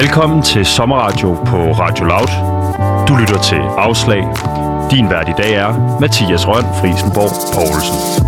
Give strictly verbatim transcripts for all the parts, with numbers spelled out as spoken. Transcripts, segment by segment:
Velkommen til Sommerradio på Radio Loud. Du lytter til Afslag. Din vært i dag er Mathias Rønn Friesenborg Poulsen.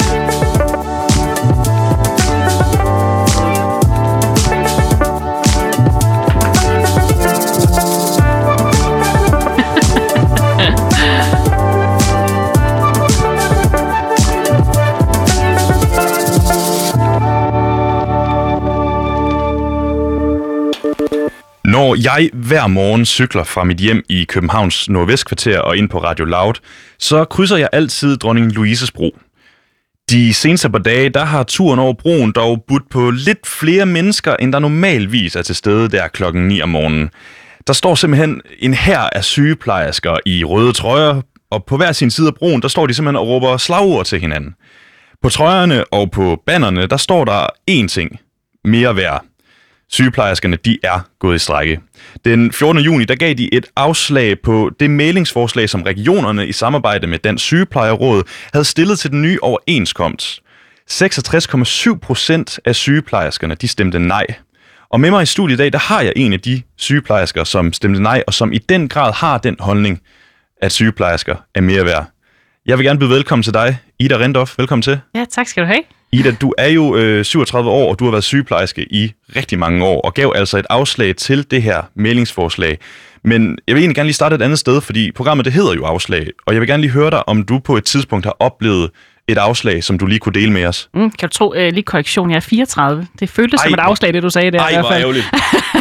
Når jeg hver morgen cykler fra mit hjem i Københavns Nordvestkvarter og ind på Radio Loud, så krydser jeg altid Dronning Louises Bro. De seneste par dage, der har turen over broen dog budt på lidt flere mennesker, end der normalvis er til stede der klokken ni om morgenen. Der står simpelthen en hær af sygeplejersker i røde trøjer, og på hver sin side af broen, der står de simpelthen og råber slagord til hinanden. På trøjerne og på bannerne, der står der én ting: mere værd. Sygeplejerskerne, de er gået i strejke. Den fjortende juni, der gav de et afslag på det mæglingsforslag, som regionerne i samarbejde med Dansk Sygeplejeråd havde stillet til den nye overenskomst. seksogtres komma syv procent af sygeplejerskerne, de stemte nej. Og med mig i studiet i dag, der har jeg en af de sygeplejersker, som stemte nej, og som i den grad har den holdning, at sygeplejersker er mere værd. Jeg vil gerne byde velkommen til dig, Ida Rendorf. Velkommen til. Ja, tak skal du have. Ida, du er jo øh, syvogtredive år, og du har været sygeplejerske i rigtig mange år, og gav altså et afslag til det her mæglingsforslag. Men jeg vil egentlig gerne lige starte et andet sted, fordi programmet det hedder jo afslag, og jeg vil gerne lige høre dig, om du på et tidspunkt har oplevet et afslag, som du lige kunne dele med os. Mm, kan du tro, øh, lige korrektion, jeg er fireogtredive. Det føltes ej, som et afslag, det du sagde der. Ej, i hvert fald. Hvor ærgerligt.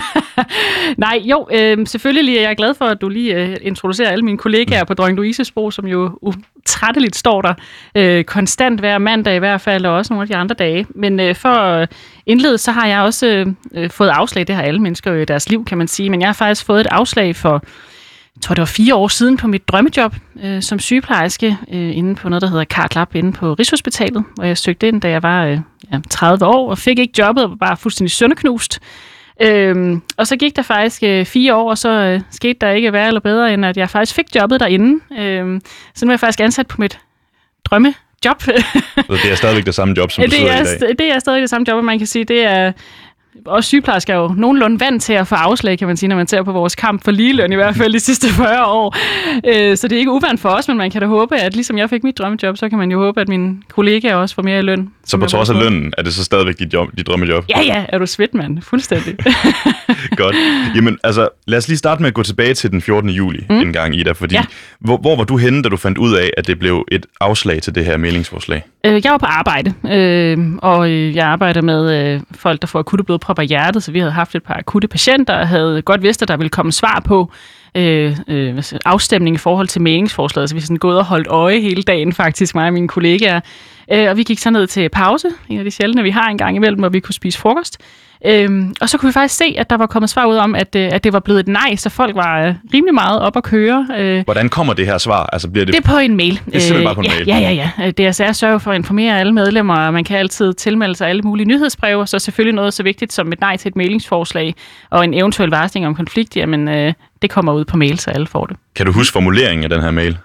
Nej, jo, øh, selvfølgelig er jeg glad for, at du lige øh, introducerer alle mine kollegaer på Dronning Louises Bro, som jo utrætteligt står der øh, konstant hver mandag i hvert fald, og også nogle af de andre dage. Men øh, for at indlede, så har jeg også øh, fået afslag. Det har alle mennesker jo i deres liv, kan man sige. Men jeg har faktisk fået et afslag for, jeg tror det var fire år siden, på mit drømmejob øh, som sygeplejerske øh, inde på noget, der hedder Carl Lab inde på Rigshospitalet, hvor jeg søgte ind, da jeg var øh, ja, tredive år, og fik ikke jobbet, og var bare fuldstændig sønderknust. Øhm, og så gik der faktisk øh, fire år, og så øh, skete der ikke værre eller bedre, end at jeg faktisk fik jobbet derinde. Øhm, så nu er jeg faktisk ansat på mit drømmejob. Så det er stadigvæk det samme job, som du sidder i dag? Det er stadig det samme job, og man kan sige, det er... Også sygeplejersker er jo nogenlunde vant til at få afslag, kan man sige, når man ser på vores kamp for ligeløn, i hvert fald de sidste fyrre år. Så det er ikke uvant for os, men man kan da håbe, at ligesom jeg fik mit drømmejob, så kan man jo håbe, at mine kollegaer også får mere i løn. Så på trods af lønnen, er det så stadigvæk dit, job, dit drømmejob? Ja, ja, er du svedt, mand. Fuldstændig. Godt. Jamen, altså, lad os lige starte med at gå tilbage til den fjortende juli mm. en gang, Ida, fordi ja. hvor, hvor var du henne, da du fandt ud af, at det blev et afslag til det her mæglingsforslag? Jeg var på arbejde, øh, og jeg arbejder med øh, folk, der får akutte blodpropper i hjertet, så vi havde haft et par akutte patienter, og havde godt vidst, at der ville komme svar på øh, øh, afstemning i forhold til mæglingsforslaget, så vi sådan gået og holdt øje hele dagen faktisk, mig og mine kollegaer. Øh, og vi gik så ned til pause, en af de sjældne, vi har en gang imellem, hvor vi kunne spise frokost. Øhm, og så kunne vi faktisk se, at der var kommet svar ud om, at, øh, at det var blevet et nej, så folk var øh, rimelig meget op at køre. Øh, Hvordan kommer det her svar? Altså, bliver det... det er på en mail. Det er simpelthen bare på en øh, mail? Ja, ja, ja. D S R sørger for at informere alle medlemmer, og man kan altid tilmelde sig alle mulige nyhedsbreve, så selvfølgelig noget så vigtigt som et nej til et mailingsforslag og en eventuel varsling om konflikt, jamen øh, det kommer ud på mail, så alle får det. Kan du huske formuleringen af den her mail?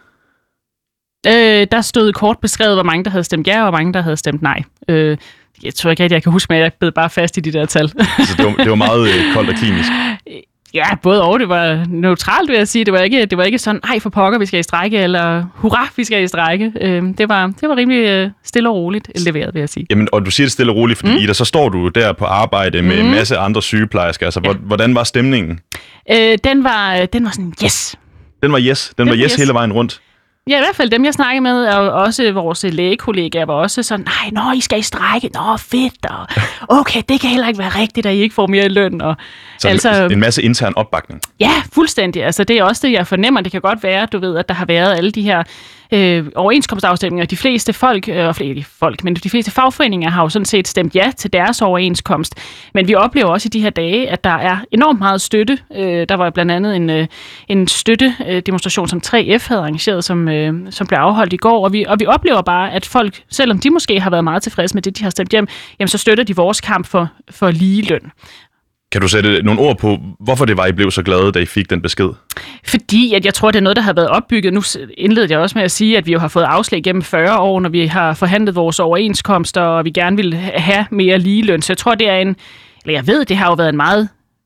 Øh, der stod kort beskrevet, hvor mange der havde stemt ja, og hvor mange der havde stemt nej. Øh, Jeg tror ikke rigtig, jeg kan huske, men jeg bed bare fast i de der tal. Altså, det, var, det var meget øh, koldt og klinisk? Ja, både og. Det var neutralt, vil jeg sige. Det var ikke, det var ikke sådan, ej for pokker, vi skal i strejke, eller hurra, vi skal i strejke. Øh, det, var, det var rimelig øh, stille og roligt leveret, vil jeg sige. Jamen, og du siger det stille og roligt, fordi mm. Ida, så står du der på arbejde med mm. en masse andre sygeplejersker. Altså, ja. Hvordan var stemningen? Øh, den, var, den var sådan, yes. Den var yes? Den, den var yes, yes hele vejen rundt? Ja, i hvert fald dem, jeg snakkede med, og også vores lægekollegaer var også sådan, nej, nå, I skal i strejke, nå, fedt, og okay, det kan heller ikke være rigtigt, at I ikke får mere løn. Og, så altså, en masse intern opbakning? Ja, fuldstændig. Altså, det er også det, jeg fornemmer. Det kan godt være, du ved, at der har været alle de her øh, overenskomstafstemninger. De fleste folk, øh, og flere folk, men de fleste fagforeninger har jo sådan set stemt ja til deres overenskomst. Men vi oplever også i de her dage, at der er enormt meget støtte. Øh, der var blandt andet en, øh, en støttedemonstration, som tre F havde arrangeret, som Øh, som blev afholdt i går, og vi, og vi oplever bare, at folk, selvom de måske har været meget tilfredse med det, de har stemt hjem, jamen så støtter de vores kamp for, for lige løn. Kan du sætte nogle ord på, hvorfor det var, I blev så glade, da I fik den besked? Fordi at jeg tror, det er noget, der har været opbygget. Nu indledte jeg også med at sige, at vi jo har fået afslag gennem fyrre år, når vi har forhandlet vores overenskomster, og vi gerne vil have mere ligeløn. Så jeg tror, det er en, eller jeg ved, det har jo været en meget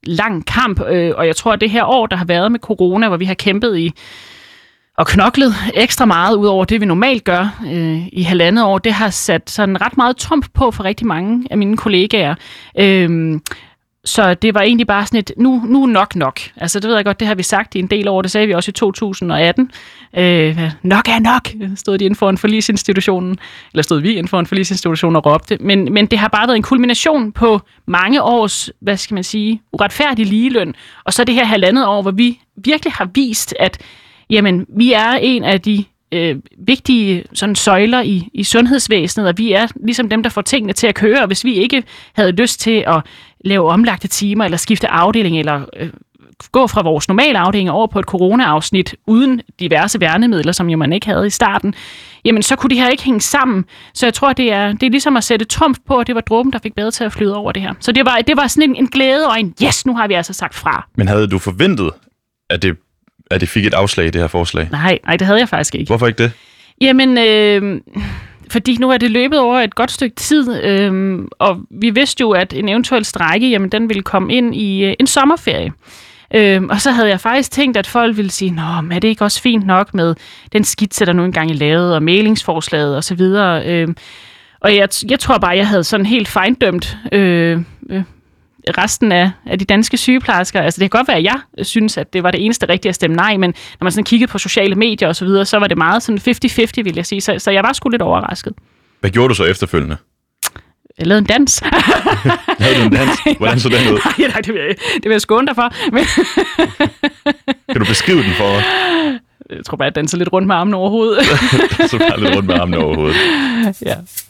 lang kamp, øh, og jeg tror, at det her år, der har været med corona, hvor vi har kæmpet i og knoklet ekstra meget ud over det, vi normalt gør øh, i halvandet år, det har sat sådan ret meget trumf på for rigtig mange af mine kollegaer. Øh, Så det var egentlig bare sådan et, nu, nu nok nok. Altså det ved jeg godt, det har vi sagt i en del år, det sagde vi også i to tusind og atten. Øh, nok er nok, stod de inden for en forligsinstitutionen, eller stod vi inden for en forligsinstitution og råbte. Men, men det har bare været en kulmination på mange års, hvad skal man sige, uretfærdig ligeløn. Og så det her halvandet år, hvor vi virkelig har vist, at jamen, vi er en af de øh, vigtige sådan, søjler i, i sundhedsvæsenet, og vi er ligesom dem, der får tingene til at køre. Og hvis vi ikke havde lyst til at lave omlagte timer, eller skifte afdeling, eller øh, gå fra vores normale afdeling over på et corona-afsnit, uden diverse værnemidler, som jo man ikke havde i starten, jamen så kunne det her ikke hænge sammen. Så jeg tror, det er, det er ligesom at sætte trumf på, at det var dråben, der fik bedre til at flyde over det her. Så det var, det var sådan en, en glæde og en, yes, nu har vi altså sagt fra. Men havde du forventet, at det, at det fik et afslag, det her forslag? Nej, nej, det havde jeg faktisk ikke. Hvorfor ikke det? Jamen, øh, fordi nu er det løbet over et godt stykke tid, øh, og vi vidste jo, at en eventuel strejke, jamen den ville komme ind i øh, en sommerferie. Øh, og så havde jeg faktisk tænkt, at folk ville sige, nå, men er det ikke også fint nok med den skitse, der nu engang er lavet, og mailingsforslaget osv. Øh, og jeg, jeg tror bare, jeg havde sådan helt fejndømt øh, øh, resten af, af de danske sygeplejersker. Altså det kan godt være, at jeg synes, at det var det eneste rigtige at stemme nej, men når man sådan kiggede på sociale medier og så videre, så var det meget sådan halvtreds halvtreds, vil jeg sige. Så, så jeg var sgu lidt overrasket. Hvad gjorde du så efterfølgende? Jeg lavede en dans. Lavede du en dans? Hvordan så den ud? Nej, nej, det vil jeg, det vil jeg skåne dig for. Men kan du beskrive den for? Jeg tror bare, jeg danser lidt rundt med armene over hovedet. Så bare lidt rundt med armene over hovedet. Ja.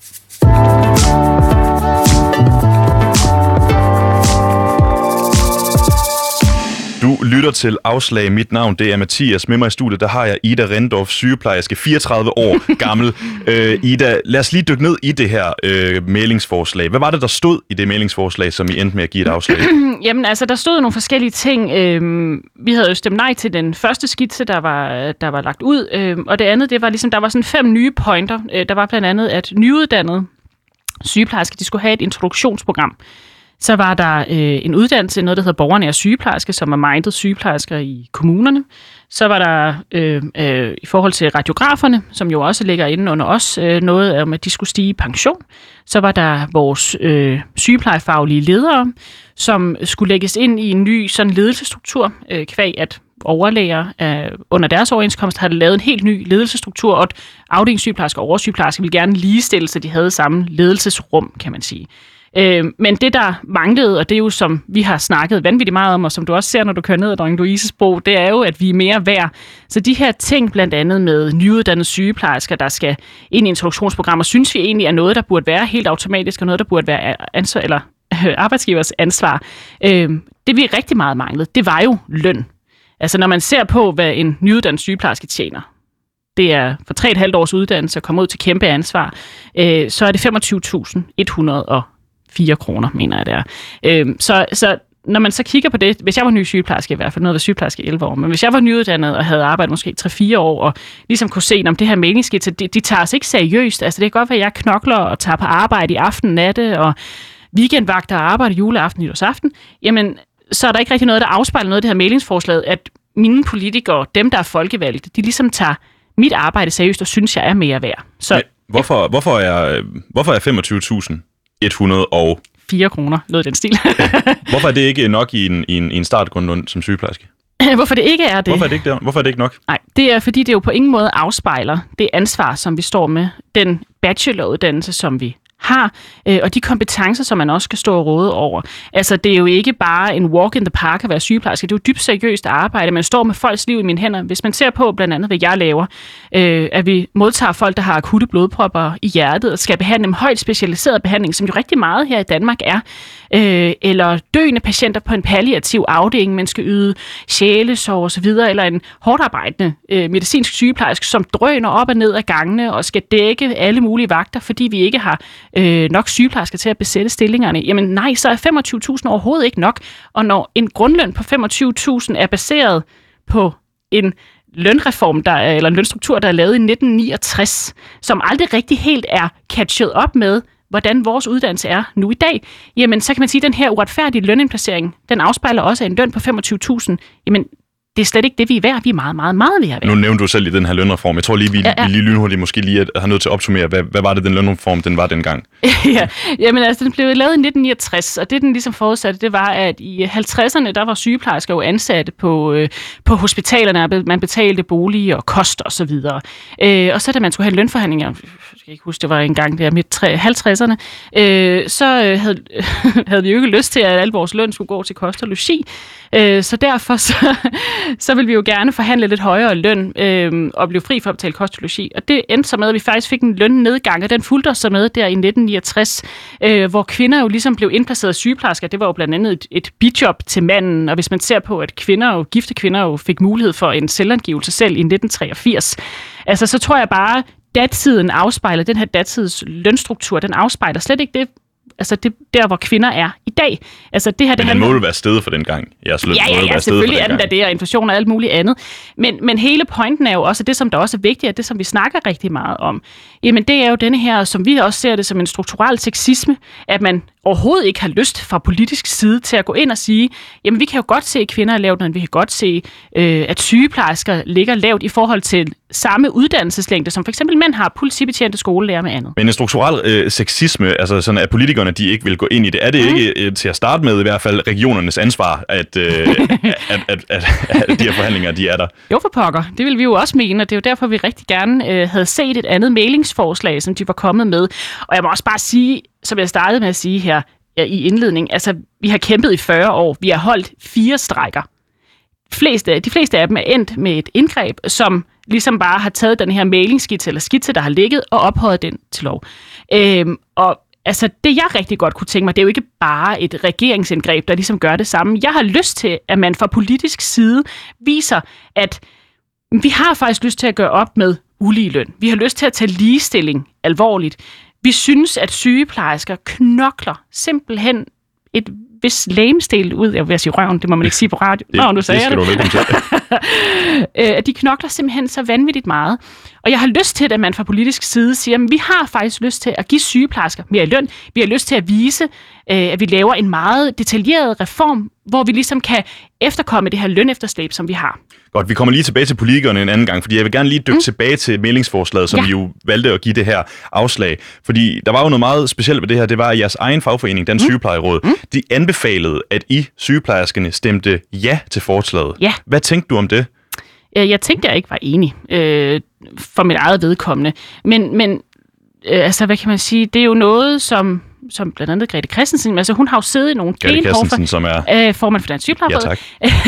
Du lytter til Afslag. Mit navn, det er Mathias. Med mig i studiet, der har jeg Ida Rendorf, sygeplejerske, fireogtredive år gammel. øh, Ida, lad os lige dykke ned i det her øh, mailingsforslag. Hvad var det, der stod i det mailingsforslag, som I endte med at give et afslag? Jamen, altså, der stod nogle forskellige ting. Øhm, vi havde jo stemt nej til den første skitse, der var, der var lagt ud. Øhm, og det andet, det var ligesom, der var sådan fem nye pointer. Øh, der var blandt andet, at nyuddannede sygeplejersker, de skulle have et introduktionsprogram. Så var der øh, en uddannelse, noget der hedder borgernære sygeplejerske, som er mindet sygeplejersker i kommunerne. Så var der øh, øh, i forhold til radiograferne, som jo også ligger inde under os, øh, noget om, at de skulle stige i pension. Så var der vores øh, sygeplejefaglige ledere, som skulle lægges ind i en ny sådan ledelsesstruktur, øh, kvæg at overlæger øh, under deres overenskomst havde lavet en helt ny ledelsesstruktur, og afdelingssygeplejersker og oversygeplejersker ville gerne ligestille, så de havde samme ledelsesrum, kan man sige. Øh, men det, der manglede, og det er jo, som vi har snakket vanvittigt meget om, og som du også ser, når du kører ned ad Dronning Louises Bro, det er jo, at vi er mere værd. Så de her ting, blandt andet med nyuddannede sygeplejersker, der skal ind i introduktionsprogrammer, synes vi egentlig er noget, der burde være helt automatisk, og noget, der burde være ansvar, eller øh, arbejdsgivers ansvar. Øh, det, vi rigtig meget manglede, det var jo løn. Altså, når man ser på, hvad en nyuddannet sygeplejerske tjener, det er for tre og et halvt års uddannelse at komme ud til kæmpe ansvar, øh, så er det femogtyve tusind et hundrede og fire kroner, mener jeg det er. Øh, så, så når man så kigger på det, hvis jeg var ny sygeplejerske i hvert fald, noget var sygeplejerske i elleve år, men hvis jeg var nyuddannet og havde arbejdet måske tre fire år, og ligesom kunne se, om det her meningsskitse, de, de tager os ikke seriøst. Altså det kan godt være, at jeg knokler og tager på arbejde i aften, natte, og weekendvagter og arbejder juleaften, nytårsaften, jamen så er der ikke rigtig noget, der afspejler noget af det her mailingsforslag, at mine politikere, dem der er folkevalgte, de ligesom tager mit arbejde seriøst og synes, jeg er mere værd. Så, men hvorfor, hvorfor er, hvorfor er femogtyve tusind et hundrede og fire kroner, lød den stil. Hvorfor er det ikke nok i en, i en, i en startgrundløn som sygeplejerske? Hvorfor det ikke er det? Hvorfor er det ikke, det? Hvorfor er det ikke nok? Nej, det er fordi, det jo på ingen måde afspejler det ansvar, som vi står med, den bacheloruddannelse, som vi har, øh, og de kompetencer, som man også skal stå og råde over. Altså, det er jo ikke bare en walk in the park at være sygeplejerske. Det er jo dybt seriøst arbejde. Man står med folks liv i mine hænder. Hvis man ser på blandt andet, hvad jeg laver, øh, at vi modtager folk, der har akutte blodpropper i hjertet, og skal behandle dem højt specialiseret behandling, som jo rigtig meget her i Danmark er, øh, eller døende patienter på en palliativ afdeling, man skal yde sjælesorg og så videre, eller en hårdt arbejdende øh, medicinsk sygeplejerske, som drøner op og ned ad gangene og skal dække alle mulige vagter, fordi vi ikke har øh, nok sygeplejersker til at besætte stillingerne. Jamen nej, så er femogtyve tusind overhovedet ikke nok. Og når en grundløn på femogtyve tusind er baseret på en lønreform, der er, eller en lønstruktur, der er lavet i nitten niogtres, som aldrig rigtig helt er catchet op med, hvordan vores uddannelse er nu i dag, jamen så kan man sige, at den her uretfærdige lønindplacering, den afspejler også en løn på femogtyve tusind. Jamen, det er slet ikke det, vi er værd. Vi er meget, meget, meget værd. Nu nævnte du selv i den her lønreform. Jeg tror lige, vi, ja, ja. vi lige lynhurtigt måske lige har nødt til at opsummere, hvad, hvad var det, den lønreform, den var dengang? ja, jamen altså, den blev lavet i nitten niogtres, og det, den ligesom forudsatte, det var, at i halvtredserne, der var sygeplejersker jo ansatte på, øh, på hospitalerne, man betalte bolig og kost og så videre. Øh, og så da man skulle have lønforhandlinger, jeg kan ikke huske, det var engang der midt halvtredserne, øh, så øh, havde, havde vi jo ikke lyst til, at al vores løn skulle gå til kost og logi. Øh, så derfor så, så ville vi jo gerne forhandle lidt højere løn øh, og blive fri for at betale kost og logi. Og det endte så med, at vi faktisk fik en lønnedgang, og den fulgte os så med der i nitten niogtres, øh, hvor kvinder jo ligesom blev indplaceret af sygeplejersker. Det var jo blandt andet et, et bijob til manden, og hvis man ser på, at kvinder jo, gifte kvinder jo fik mulighed for en selvangivelse selv i nitten treogfirs, altså så tror jeg bare, datiden afspejler, den her datids lønstruktur, den afspejler slet ikke det, altså det, der, hvor kvinder er i dag. Altså det her, det men den må jo være stedet for den gang. Jeres løn, ja, ja, ja, ja selvfølgelig er den der, det er inflation og alt muligt andet. Men, men hele pointen er jo også, det som der også er vigtigt, at det som vi snakker rigtig meget om, jamen det er jo denne her, som vi også ser det som en strukturel sexisme, at man overhovedet ikke har lyst fra politisk side til at gå ind og sige, jamen vi kan jo godt se, at kvinder er lavt, men vi kan godt se, øh, at sygeplejersker ligger lavt i forhold til samme uddannelseslængde, som for eksempel mænd har, politibetjente, skolelærer med andet. Men en strukturel øh, sexisme, altså sådan at politikerne de ikke vil gå ind i det, er det mm. ikke øh, til at starte med i hvert fald regionernes ansvar, at, øh, at, at, at, at de her forhandlinger, de er der? Jo for pokker, det vil vi jo også mene, og det er jo derfor, vi rigtig gerne øh, havde set et andet mailingsforslag, som de var kommet med. Og jeg må også bare sige, som jeg startede med at sige her ja, i indledning, altså vi har kæmpet i fyrre år, vi har holdt fire strejker. Fleste, de fleste af dem er endt med et indgreb, som ligesom bare har taget den her mailingskitse eller skitse, der har ligget, og ophøjet den til lov. Øhm, og altså det, jeg rigtig godt kunne tænke mig, det er jo ikke bare et regeringsindgreb, der ligesom gør det samme. Jeg har lyst til, at man fra politisk side viser, at vi har faktisk lyst til at gøre op med uligeløn. Vi har lyst til at tage ligestilling alvorligt. Vi synes, at sygeplejersker knokler simpelthen et vis lægemstil ud. Jeg vil sige røven, det må man ikke sige på radio. Det, Nå, nu sagde det skal jeg det. At de knokler simpelthen så vanvittigt meget. Og jeg har lyst til, at man fra politisk side siger, at vi har faktisk lyst til at give sygeplejersker mere i løn. Vi har lyst til at vise, at vi laver en meget detaljeret reform, hvor vi ligesom kan efterkomme det her lønefterslæb, som vi har. Godt, vi kommer lige tilbage til politikerne en anden gang, fordi jeg vil gerne lige dykke mm. tilbage til mailingsforslaget, som ja. vi jo valgte at give det her afslag. Fordi der var jo noget meget specielt ved det her, det var, at jeres egen fagforening, Dansk mm. Sygeplejeråd, mm. de anbefalede, at I sygeplejerskerne stemte ja til forslaget. Ja. Hvad tænkte du om det? Jeg tænkte, jeg ikke var enig øh, for mit eget vedkommende. Men, men øh, altså, hvad kan man sige, det er jo noget, som... som blandt andet Grete Christensen, altså hun har jo siddet i nogle Grete Christensen, som er øh, formand for Dansk Sygeplejeråd, ja, tak.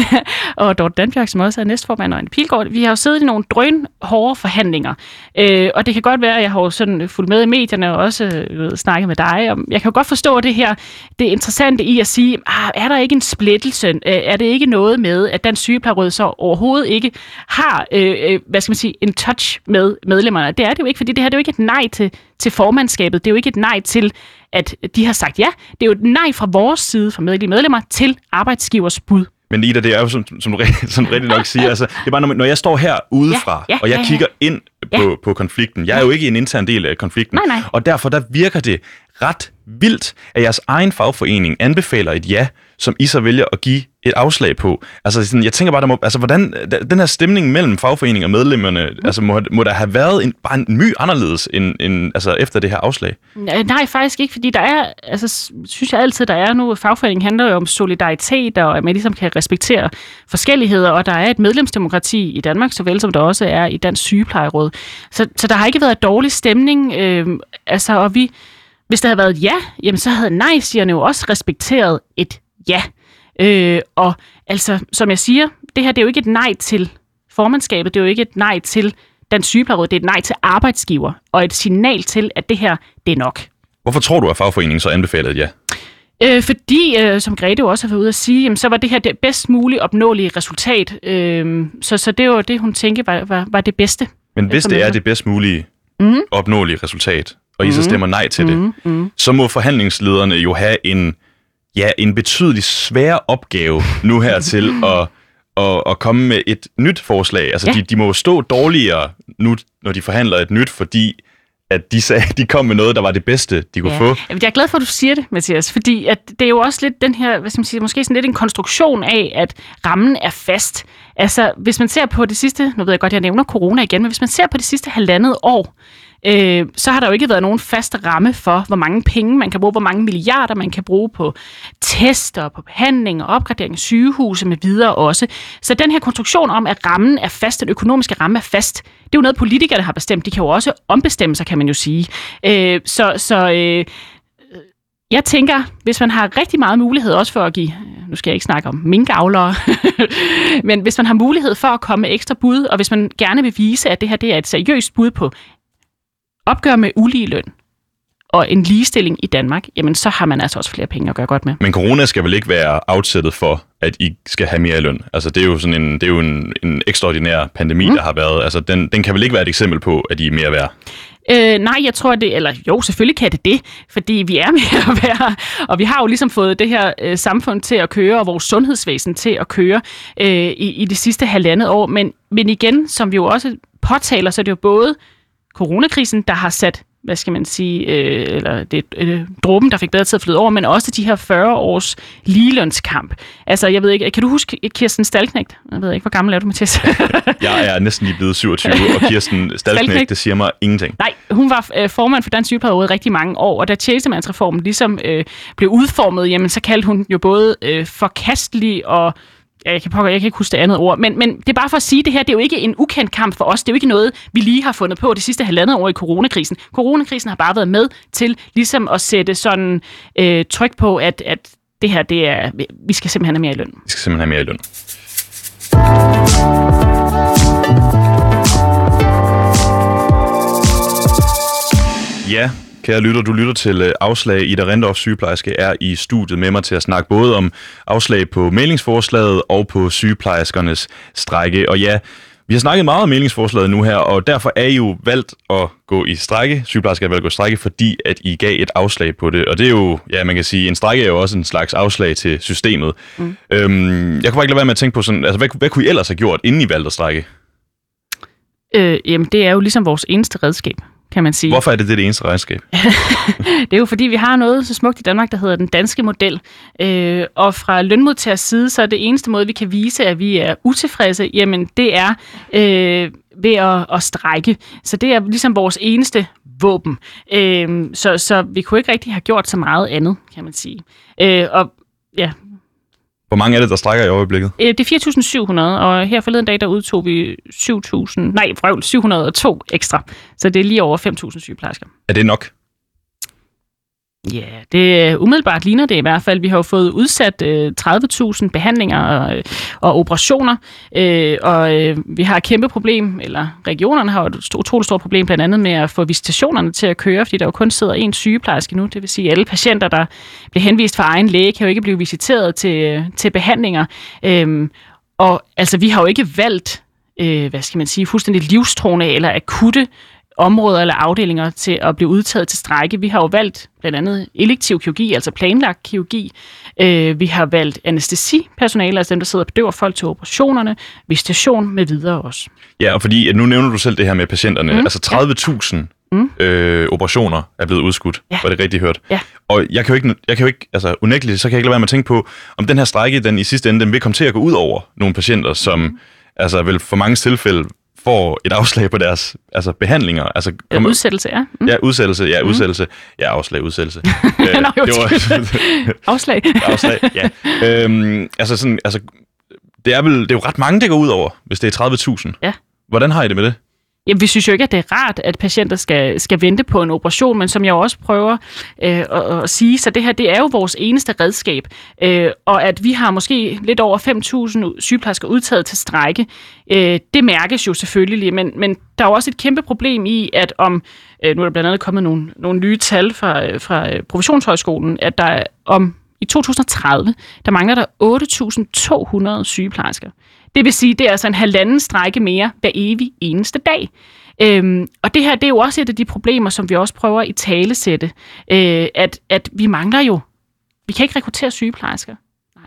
og Dorte Danbjerg, som også er næstformand, og Anne Pilgaard. Vi har jo siddet i nogle drønhårde forhandlinger, øh, og det kan godt være, at jeg har jo sådan fulgt med i medierne og også øh, snakket med dig, og jeg kan jo godt forstå det her, det interessante i at sige, ah, er der ikke en splittelse? Er det ikke noget med, at Dansk Sygeplejeråd så overhovedet ikke har, øh, hvad skal man sige, en touch med medlemmerne? Det er det jo ikke, fordi det her det er jo ikke et nej til, til formandskabet, det er jo ikke et nej til, at de har sagt ja. Det er jo et nej fra vores side, fra medlemmer, til arbejdsgivers bud. Men Ida, det er jo, som, som, du, som du rigtig nok siger, altså, det er bare, når, når jeg står her udefra, ja, ja, og jeg ja, ja. kigger ind på, ja. på konflikten, jeg er jo ikke en intern del af konflikten, nej, nej. og derfor der virker det ret vildt, at jeres egen fagforening anbefaler et ja, som I så vælger at give et afslag på. Altså, sådan, jeg tænker bare, der må, altså, hvordan den her stemning mellem fagforening og medlemmerne, mm. altså, må, må der have været en, bare en my anderledes end, end, altså, efter det her afslag? Nej, faktisk ikke, fordi der er, altså, synes jeg altid, der er nu, fagforeningen handler jo om solidaritet, og at man ligesom kan respektere forskelligheder, og der er et medlemsdemokrati i Danmark, såvel som der også er i Dansk Sygeplejeråd. Så, så der har ikke været dårlig stemning, øh, altså, og vi, hvis der havde været et ja, jamen, så havde nej-sigerne jo også respekteret et ja. Øh, og altså, som jeg siger, det her det er jo ikke et nej til formandskabet, det er jo ikke et nej til Dansk Sygeplejeråd, det er et nej til arbejdsgiver, og et signal til, at det her, det er nok. Hvorfor tror du, at fagforeningen så anbefalede ja? Øh, fordi, øh, som Grete jo også har været ude at sige, jamen, så var det her det bedst mulige opnåelige resultat. Øh, så, så det var det, hun tænkte var, var, var det bedste. Men hvis det er det bedst mulige mm. opnåelige resultat, og I så stemmer nej til mm. det, mm. så må forhandlingslederne jo have en Ja, en betydeligt svær opgave nu her til at, at, at komme med et nyt forslag. Altså, ja. de, de må jo stå dårligere nu, når de forhandler et nyt, fordi at de, sagde, de kom med noget, der var det bedste, de kunne ja. få. Jeg er glad for, at du siger det, Mathias, fordi at det er jo også lidt den her, hvad skal man sige, måske sådan lidt en konstruktion af, at rammen er fast. Altså, hvis man ser på det sidste, nu ved jeg godt, jeg nævner corona igen, men hvis man ser på det sidste halvandet år, øh, så har der jo ikke været nogen fast ramme for, hvor mange penge man kan bruge, hvor mange milliarder man kan bruge på tester, på behandling og opgradering af sygehuse med videre også. Så den her konstruktion om, at rammen er fast, den økonomiske ramme er fast, det er jo noget, politikerne har bestemt. De kan jo også ombestemme sig, kan man jo sige. Øh, så så øh, jeg tænker, hvis man har rigtig meget mulighed også for at give, nu skal jeg ikke snakke om minkavlere, men hvis man har mulighed for at komme med ekstra bud, og hvis man gerne vil vise, at det her det er et seriøst bud på opgør med ulige løn og en ligestilling i Danmark, jamen så har man altså også flere penge at gøre godt med. Men corona skal vel ikke være afsættet for, at I skal have mere løn? Altså det er jo sådan en, det er jo en, en ekstraordinær pandemi, mm. der har været. Altså den, den kan vel ikke være et eksempel på, at I er mere værd? Øh, nej, jeg tror det, eller jo, selvfølgelig kan det det, fordi vi er mere værd, og vi har jo ligesom fået det her øh, samfund til at køre, og vores sundhedsvæsen til at køre øh, i, i det sidste halvandet år. Men, men igen, som vi jo også påtaler, så er det jo både coronakrisen, der har sat, hvad skal man sige, øh, eller det øh, dråben, der fik bedre tid at flyde over, men også de her fyrre års ligelønskamp. Altså, jeg ved ikke, kan du huske Kirsten Stalknecht? Jeg ved ikke, hvor gammel er du, Mathias? Jeg er næsten lige blevet syvogtyve, og Kirsten Stalknecht, det siger mig ingenting. Nej, hun var øh, formand for Dansk Sygeplejeråd rigtig mange år, og da tjenestemandsreformen ligesom øh, blev udformet, jamen, så kaldte hun jo både øh, forkastelig og Jeg kan, jeg kan ikke huske det andet ord, men, men det er bare for at sige, at det her det er jo ikke en ukendt kamp for os. Det er jo ikke noget, vi lige har fundet på det sidste halvandet år i coronakrisen. Coronakrisen har bare været med til ligesom at sætte sådan øh, tryk på, at, at det her, det er, vi skal simpelthen have mere i løn. Vi skal simpelthen have mere i løn. Ja, kære lytter, du lytter til Afslag. Ida Rindorf, sygeplejerske, er i studiet med mig til at snakke både om afslag på mæglingsforslaget og på sygeplejerskernes strejke. Og ja, vi har snakket meget om mæglingsforslaget nu her, og derfor er I jo valgt at gå i strejke. Sygeplejersker er valgt at gå i strejke, fordi at I gav et afslag på det. Og det er jo, ja, man kan sige, en strejke er jo også en slags afslag til systemet. Mm. Øhm, jeg kunne bare ikke lade være med at tænke på sådan, altså hvad, hvad kunne I ellers have gjort, inden I valgte at strejke? Øh, jamen, det er jo ligesom vores eneste redskab, kan man sige. Hvorfor er det det, det eneste redskab? Det er jo fordi, vi har noget så smukt i Danmark, der hedder den danske model. Øh, og fra lønmodtagers side, så er det eneste måde, vi kan vise, at vi er utilfredse, jamen det er øh, ved at, at strejke. Så det er ligesom vores eneste våben. Øh, så, så vi kunne ikke rigtig have gjort så meget andet, kan man sige. Øh, og ja... Hvor mange er det, der strejker i øjeblikket? Det er fire tusind syv hundrede, og her forleden dag, der udtog vi syv tusind, nej, frøvl, syv hundrede og to ekstra. Så det er lige over fem tusind sygeplejersker. Er det nok? Ja, det umiddelbart ligner det i hvert fald. Vi har jo fået udsat øh, tredive tusind behandlinger og, og operationer, øh, og øh, vi har et kæmpe problem, eller regionerne har jo et utroligt stort problem, blandt andet med at få visitationerne til at køre, fordi der jo kun sidder én sygeplejerske nu. Det vil sige, at alle patienter, der bliver henvist fra egen læge, kan jo ikke blive visiteret til, til behandlinger. Øh, og altså, vi har jo ikke valgt, øh, hvad skal man sige, fuldstændig livstruende eller akutte områder eller afdelinger til at blive udtaget til strejke. Vi har jo valgt blandt andet elektiv kirurgi, altså planlagt kirurgi. Øh, vi har valgt anæstesipersonale, altså dem, der sidder og bedøver folk til operationerne, visitation med videre også. Ja, og fordi nu nævner du selv det her med patienterne. Mm. Altså tredive tusind mm. øh, operationer er blevet udskudt. Ja. Var det rigtigt hørt? Ja. Og jeg kan jo ikke, jeg kan jo ikke altså unægteligt, så kan jeg ikke lade være med at tænke på, om den her strejke, den i sidste ende, den vil komme til at gå ud over nogle patienter, som mm. altså vel for mange tilfælde får et afslag på deres altså behandlinger. Altså, ja, udsættelse, ja. Mm. Ja, udsættelse, ja, udsættelse. Ja, afslag, udsættelse. Æ, Nå, jo, det var afslag. afslag, ja. Øhm, altså, sådan, altså, det er, vel, det er jo ret mange, det går ud over, hvis det er tredive tusind. Ja. Hvordan har I det med det? Jamen, vi synes jo ikke, at det er rart, at patienter skal, skal vente på en operation, men som jeg også prøver øh, at, at sige, så det her, det er jo vores eneste redskab. Øh, og at vi har måske lidt over fem tusind sygeplejersker udtaget til strejke, øh, det mærkes jo selvfølgelig, men, men der er jo også et kæmpe problem i, at om, øh, nu er der blandt andet kommet nogle, nogle nye tal fra, fra Professionshøjskolen, at der om i to tusind og tredive, der mangler der otte tusind to hundrede sygeplejersker. Det vil sige, det er altså en halvanden strejke mere hver evig eneste dag. Øhm, og det her, det er jo også et af de problemer, som vi også prøver at italesætte, øh, at, at vi mangler jo, vi kan ikke rekruttere sygeplejersker. Nej.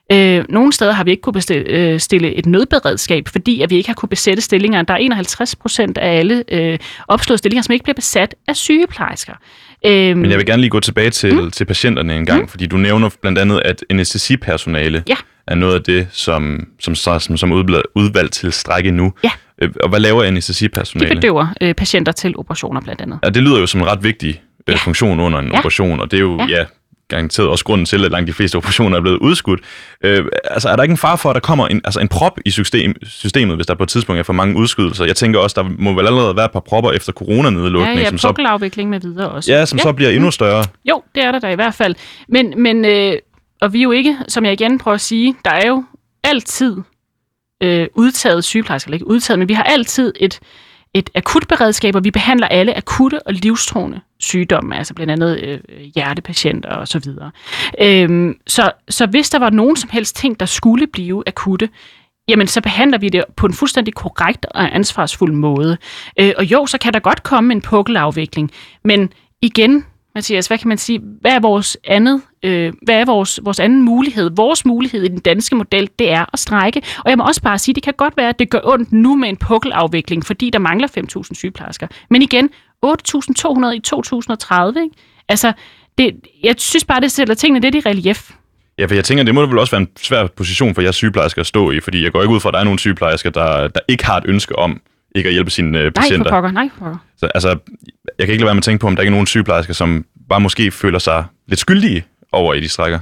Øh, nogle steder har vi ikke kunne bestille, øh, stille et nødberedskab, fordi at vi ikke har kunne besætte stillinger. Der er enoghalvtreds procent af alle øh, opslåede stillinger, som ikke bliver besat af sygeplejersker. Øh, Men jeg vil gerne lige gå tilbage til, mm. til patienterne en gang, mm. fordi du nævner blandt andet, at anæstesipersonale ja. er noget af det, som, som, som, som er udvalgt til strække nu. Ja. Og hvad laver anæstesipersonale? De bedøver øh, patienter til operationer blandt andet. Ja, det lyder jo som en ret vigtig øh, ja. funktion under en ja. operation, og det er jo... Ja. ja garanteret også grunden til, at langt de fleste operationer er blevet udskudt. Øh, altså, er der ikke en fare for, at der kommer en, altså en prop i system, systemet, hvis der på et tidspunkt er for mange udskydelser? Jeg tænker også, der må vel allerede være et par propper efter coronanedlukning. Ja, ja, som så pukkelafvikling med videre også. Ja, som ja. så bliver endnu større. Jo, det er der da i hvert fald. Men, men øh, og vi er jo ikke, som jeg igen prøver at sige, der er jo altid øh, udtaget sygeplejersker, eller ikke udtaget, men vi har altid et et akutberedskab, og vi behandler alle akutte og livstruende sygdomme, altså blandt andet øh, hjertepatienter og så videre. Øhm, så, så hvis der var nogen som helst ting, der skulle blive akutte, jamen så behandler vi det på en fuldstændig korrekt og ansvarsfuld måde. Øh, og jo, så kan der godt komme en pukkelafvikling, men igen, Mathias, hvad kan man sige, hvad er vores andet, øh, hvad er vores, vores anden mulighed? Vores mulighed i den danske model, det er at strejke. Og jeg må også bare sige, det kan godt være, at det gør ondt nu med en pukkelafvikling, fordi der mangler fem tusind sygeplejersker. Men igen, otte tusind to hundrede i to tusind og tredive, ikke? Altså, det, jeg synes bare, det sætter tingene lidt i relief. Ja, for jeg tænker, det må vel også være en svær position for jer sygeplejersker at stå i, fordi jeg går ikke ud fra, at der er nogle sygeplejersker, der, der ikke har et ønske om ikke at hjælpe sine øh, patienter. Nej, for pokker, nej, for pokker. Så, altså, jeg kan ikke lade være med at tænke på, om der ikke er nogen sygeplejersker, som bare måske føler sig lidt skyldige over i de strækker.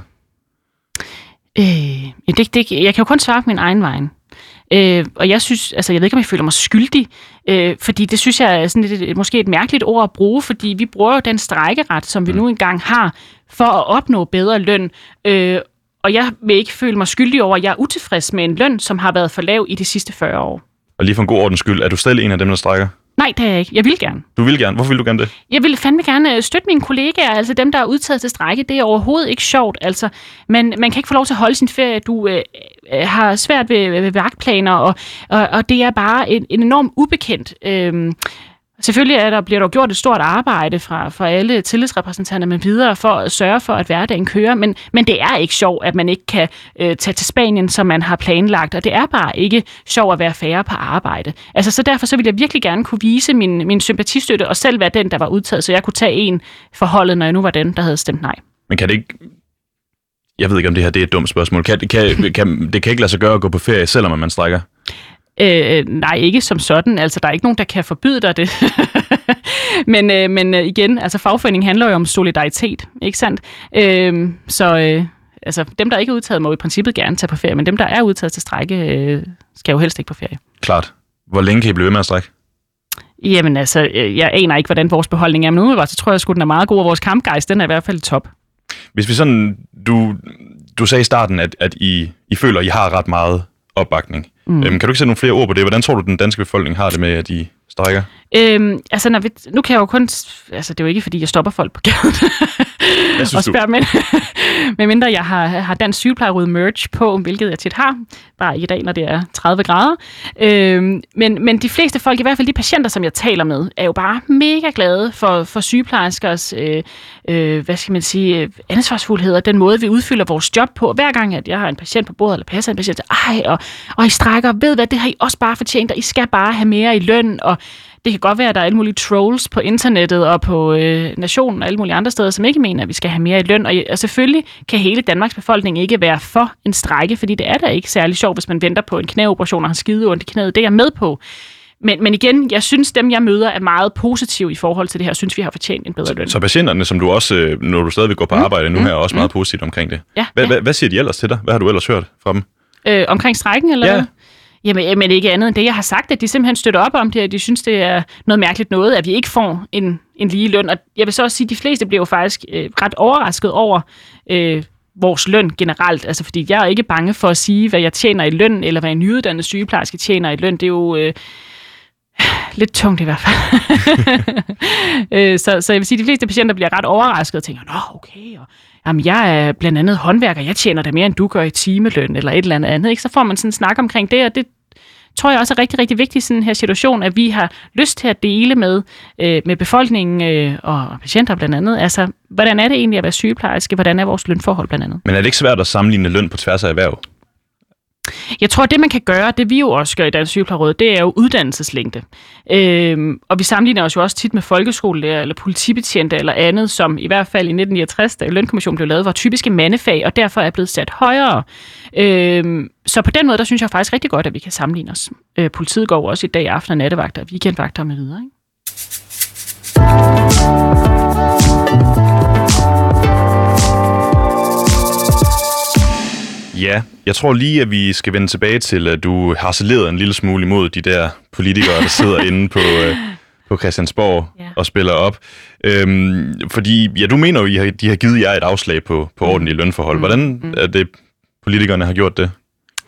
Øh, det, det, jeg kan jo kun svare på min egen vej. Øh, og jeg synes, altså jeg ved ikke, om jeg føler mig skyldig, øh, fordi det synes jeg er sådan et, et, måske et mærkeligt ord at bruge, fordi vi bruger jo den strejkeret, som vi mm. nu engang har, for at opnå bedre løn. Øh, og jeg vil ikke føle mig skyldig over, at jeg er utilfreds med en løn, som har været for lav i de sidste fyrre år. Og lige for en god ordens skyld, er du stadig en af dem, der strækker? Nej, det er jeg ikke. Jeg vil gerne. Du vil gerne? Hvorfor vil du gerne det? Jeg vil fandme gerne støtte mine kollegaer, altså dem, der er udtaget til strejke. Det er overhovedet ikke sjovt. Altså, man, man kan ikke få lov til at holde sin ferie. Du øh, har svært ved, ved vagtplaner, og, og, og det er bare en, en enorm ubekendt. Øh, Selvfølgelig er der, bliver der gjort et stort arbejde fra, fra alle tillidsrepræsentanter med videre for at sørge for, at hverdagen kører, men, men det er ikke sjovt, at man ikke kan øh, tage til Spanien, som man har planlagt, og det er bare ikke sjovt at være færre på arbejde. Altså, så derfor så ville jeg virkelig gerne kunne vise min, min sympatistøtte, og selv være den, der var udtaget, så jeg kunne tage en for holdet, når jeg nu var den, der havde stemt nej. Men kan det ikke... Jeg ved ikke, om det her det er et dumt spørgsmål. Kan, kan, kan, det kan ikke lade sig gøre at gå på ferie, selvom man strækker? Øh, nej, ikke som sådan. Altså, der er ikke nogen, der kan forbyde dig det. men, øh, men øh, igen, altså fagforening handler jo om solidaritet, ikke sandt? Øh, så øh, altså, dem, der ikke er udtaget, må i princippet gerne tage på ferie, men dem, der er udtaget til strække, øh, skal jo helst ikke på ferie. Klart. Hvor længe kan I blive ved med at strække? Jamen altså, jeg aner ikke, hvordan vores beholdning er, men umiddelbart, så tror jeg sgu, den er meget god, og vores kampgejst, den er i hvert fald top. Hvis vi sådan, du, du sagde i starten, at, at I, I føler, at I har ret meget opbakning. Mm. Øhm, kan du ikke sætte nogle flere ord på det? Hvordan tror du, den danske befolkning har det med, at de strækker? Øhm, altså, når vi, nu kan jeg jo kun... Altså, det er jo ikke, fordi jeg stopper folk på gaden. og spørger, men, men mindre jeg har, har dansk sygeplejeråd merch på, hvilket jeg tit har. Bare ikke i dag, når det er tredive grader. Øhm, men, men de fleste folk, i hvert fald de patienter, som jeg taler med, er jo bare mega glade for, for sygeplejerskers, øh, øh, hvad skal man sige, ansvarsfuldhed og den måde, vi udfylder vores job på. Hver gang, at jeg har en patient på bordet, eller passer en patient, så, ej, og, og I strækker, ved hvad, det har I også bare fortjent, og I skal bare have mere i løn, og det kan godt være, at der er alle mulige trolls på internettet og på øh, Nationen og alle mulige andre steder, som ikke mener, at vi skal have mere i løn. Og, og selvfølgelig kan hele Danmarks befolkning ikke være for en strejke, fordi det er da ikke særlig sjovt, hvis man venter på en knæoperation og har skide ondt i knæet. Det er jeg med på. Men, men igen, jeg synes, dem jeg møder er meget positive i forhold til det her, og synes, vi har fortjent en bedre løn. Så, så patienterne, som du også, når du stadigvæk går på arbejde nu mm, her, er også mm. meget positivt omkring det. Ja, hvad, ja. Hvad, hvad siger de ellers til dig? Hvad har du ellers hørt fra dem? Øh, omkring strejken, eller ja. hvad? Jamen, men ikke andet end det, jeg har sagt, at de simpelthen støtter op om det, at de synes, det er noget mærkeligt noget, at vi ikke får en, en lige løn. Og jeg vil så også sige, at de fleste bliver jo faktisk øh, ret overrasket over øh, vores løn generelt. Altså, fordi jeg er ikke bange for at sige, hvad jeg tjener i løn, eller hvad en nyuddannet sygeplejerske tjener i løn. Det er jo øh, lidt tungt i hvert fald. øh, så, så jeg vil sige, at de fleste patienter bliver ret overrasket og tænker, nå, okay, og jamen, jeg er blandt andet håndværker, jeg tjener da mere, end du gør i timeløn, eller et eller andet andet, ikke? Så får man sådan en snak omkring det, og det, tror jeg også er rigtig, rigtig vigtigt i sådan her situation, at vi har lyst til at dele med, øh, med befolkningen øh, og patienter blandt andet. Altså, hvordan er det egentlig at være sygeplejerske? Hvordan er vores lønforhold blandt andet? Men er det ikke svært at sammenligne løn på tværs af erhverv? Jeg tror, det man kan gøre, det vi jo også gør i Dansk Sygeplejeråd, det er jo uddannelseslængde. Øhm, og vi sammenligner os jo også tit med folkeskolelærer eller politibetjente eller andet, som i hvert fald i nitten niogtres, da Lønkommissionen blev lavet, var typiske mandefag, og derfor er blevet sat højere. Øhm, så på den måde, der synes jeg faktisk rigtig godt, at vi kan sammenligne os. Øh, politiet går også i dag, aften og nattevagter, weekendvagter og med videre, ikke? Ja, jeg tror lige, at vi skal vende tilbage til, at du harcelerer en lille smule imod de der politikere, der sidder inde på, øh, på Christiansborg ja. og spiller op. Øhm, fordi, ja, du mener jo, at de har givet jer et afslag på, på ordentlige lønforhold. Hvordan er det, politikerne har gjort det?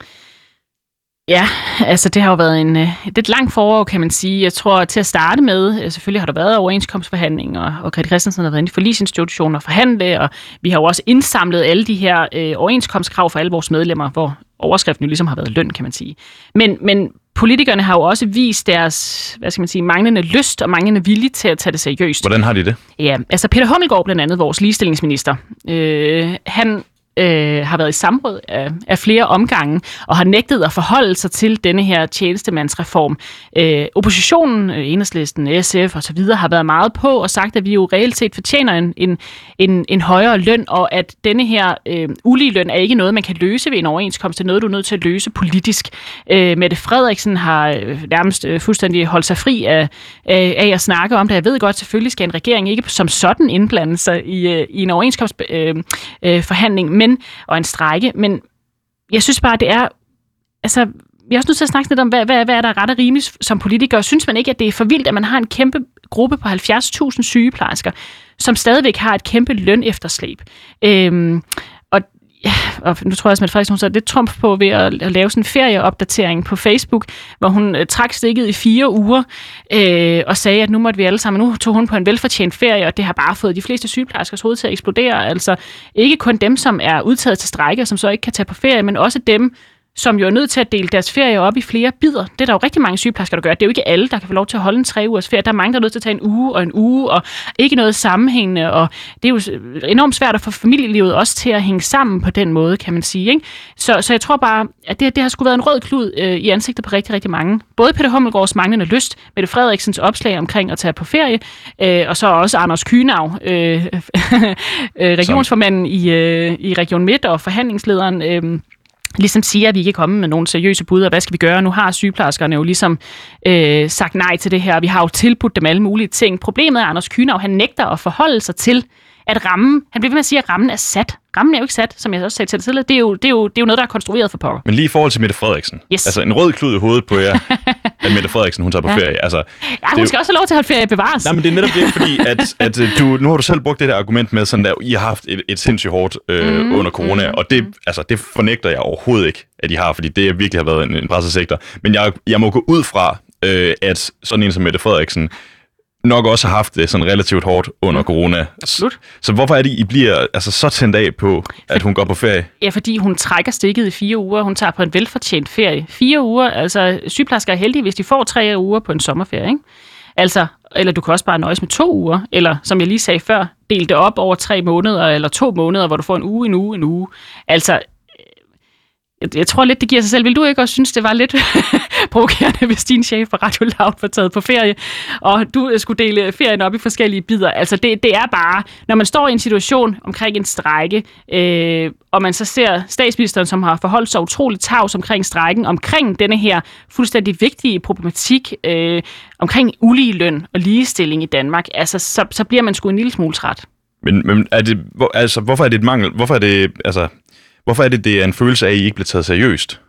Ja, altså det har jo været en, det et langt forår, kan man sige. Jeg tror, til at starte med, selvfølgelig har der været overenskomstforhandlinger, og Grete Christensen har været inde i forligsinstitutionen og forhandle, og vi har jo også indsamlet alle de her øh, overenskomstkrav for alle vores medlemmer, hvor overskriften jo ligesom har været løn, kan man sige. Men, men politikerne har jo også vist deres, hvad skal man sige, manglende lyst og manglende vilje til at tage det seriøst. Hvordan har de det? Ja, altså Peter Hummelgaard blandt andet, vores ligestillingsminister, øh, han Øh, har været i samråd af, af flere omgange, og har nægtet at forholde sig til denne her tjenestemandsreform. Øh, oppositionen, Enhedslisten, S F og så videre, har været meget på og sagt, at vi jo reelt set fortjener en, en, en, en højere løn, og at denne her øh, ulige løn er ikke noget, man kan løse ved en overenskomst. Det er noget, du er nødt til at løse politisk. Øh, Mette Frederiksen har øh, nærmest øh, fuldstændig holdt sig fri af, af, af at snakke om det. Jeg ved godt, selvfølgelig skal en regering ikke som sådan indblande sig i, øh, i en overenskomstforhandling, øh, øh, men, og en strejke, men jeg synes bare, det er, altså, jeg er også nødt til at snakke lidt om, hvad, hvad, hvad er der ret og rimeligt som politiker. Synes man ikke, at det er for vildt, at man har en kæmpe gruppe på halvfjerds tusind sygeplejersker, som stadigvæk har et kæmpe lønefterslæb? Øhm, og, ja, og nu tror jeg også, at Mette Frederiksen så lidt trumf på ved at, at lave sådan en ferieopdatering på Facebook, hvor hun øh, trak stikket i fire uger øh, og sagde, at nu måtte vi alle sammen, nu tog hun på en velfortjent ferie, og det har bare fået de fleste sygeplejerskers hoved til at eksplodere. Altså ikke kun dem, som er udtaget til strejke, som så ikke kan tage på ferie, men også dem, som jo er nødt til at dele deres ferie op i flere bidder. Det er der jo rigtig mange sygeplejersker, der gør. Det er jo ikke alle, der kan få lov til at holde en tre ugers ferie. Der er mange, der er nødt til at tage en uge og en uge, og ikke noget sammenhængende, og det er jo enormt svært at få familielivet også til at hænge sammen på den måde, kan man sige, ikke? Så, så jeg tror bare, at det, det har sgu været en rød klud øh, i ansigtet på rigtig, rigtig mange. Både Peter Hummelgaards manglende lyst, Mette Frederiksens opslag omkring at tage på ferie, øh, og så også Anders Kühnau, øh, regionsformanden i, øh, i Region Midt og forhandlingslederen, øh, ligesom siger, at vi ikke er kommet med nogle seriøse bud, og hvad skal vi gøre? Nu har sygeplejerskerne jo ligesom øh, sagt nej til det her, og vi har jo tilbudt dem alle mulige ting. Problemet er, at Anders Kühnau, han nægter at forholde sig til, at rammen, han bliver ved med at sige, at rammen er sat. Rammen er jo ikke sat, som jeg også sagde til det tidligere. Det er jo, det er jo, det er jo noget, der er konstrueret for pokker. Men lige i forhold til Mette Frederiksen. Yes. Altså en rød klud i hovedet på jer, at Mette Frederiksen, hun tager på ja. ferie. Altså, ja, hun skal jo også have lov til at holde ferie bevares. Nej, men det er netop det, fordi at, at du, nu har du selv brugt det der argument med, sådan der, I har haft et, et sindssygt hårdt øh, mm, under corona, mm, og det, mm. altså, det fornægter jeg overhovedet ikke, at I har, fordi det virkelig har været en, en pressesektor. Men jeg, jeg må gå ud fra, øh, at sådan en som Mette Frederiksen nok også har haft det sådan relativt hårdt under mm. corona. Absolut. Så hvorfor er det, I bliver altså, så tændt af på, at hun går på ferie? Ja, fordi hun trækker stikket i fire uger. Hun tager på en velfortjent ferie. Fire uger, altså sygeplejersker er heldige, hvis de får tre uger på en sommerferie, ikke? Altså, eller du kan også bare nøjes med to uger, eller som jeg lige sagde før, del det op over tre måneder, eller to måneder, hvor du får en uge, en uge, en uge. Altså, Jeg, jeg tror lidt, det giver sig selv. Vil du ikke også synes, det var lidt provokerende, hvis din chef på Radio Loud var taget på ferie, og du skulle dele ferien op i forskellige bidder? Altså, det, det er bare, når man står i en situation omkring en strejke, øh, og man så ser statsministeren, som har forholdt sig utroligt tavs omkring strejken, omkring denne her fuldstændig vigtige problematik, øh, omkring ulige løn og ligestilling i Danmark, altså, så, så bliver man sgu en lille smule træt. Men, men er det, hvor, altså, hvorfor er det et mangel? Hvorfor er det, altså... Hvorfor er det, det er en følelse af, at I ikke bliver taget seriøst?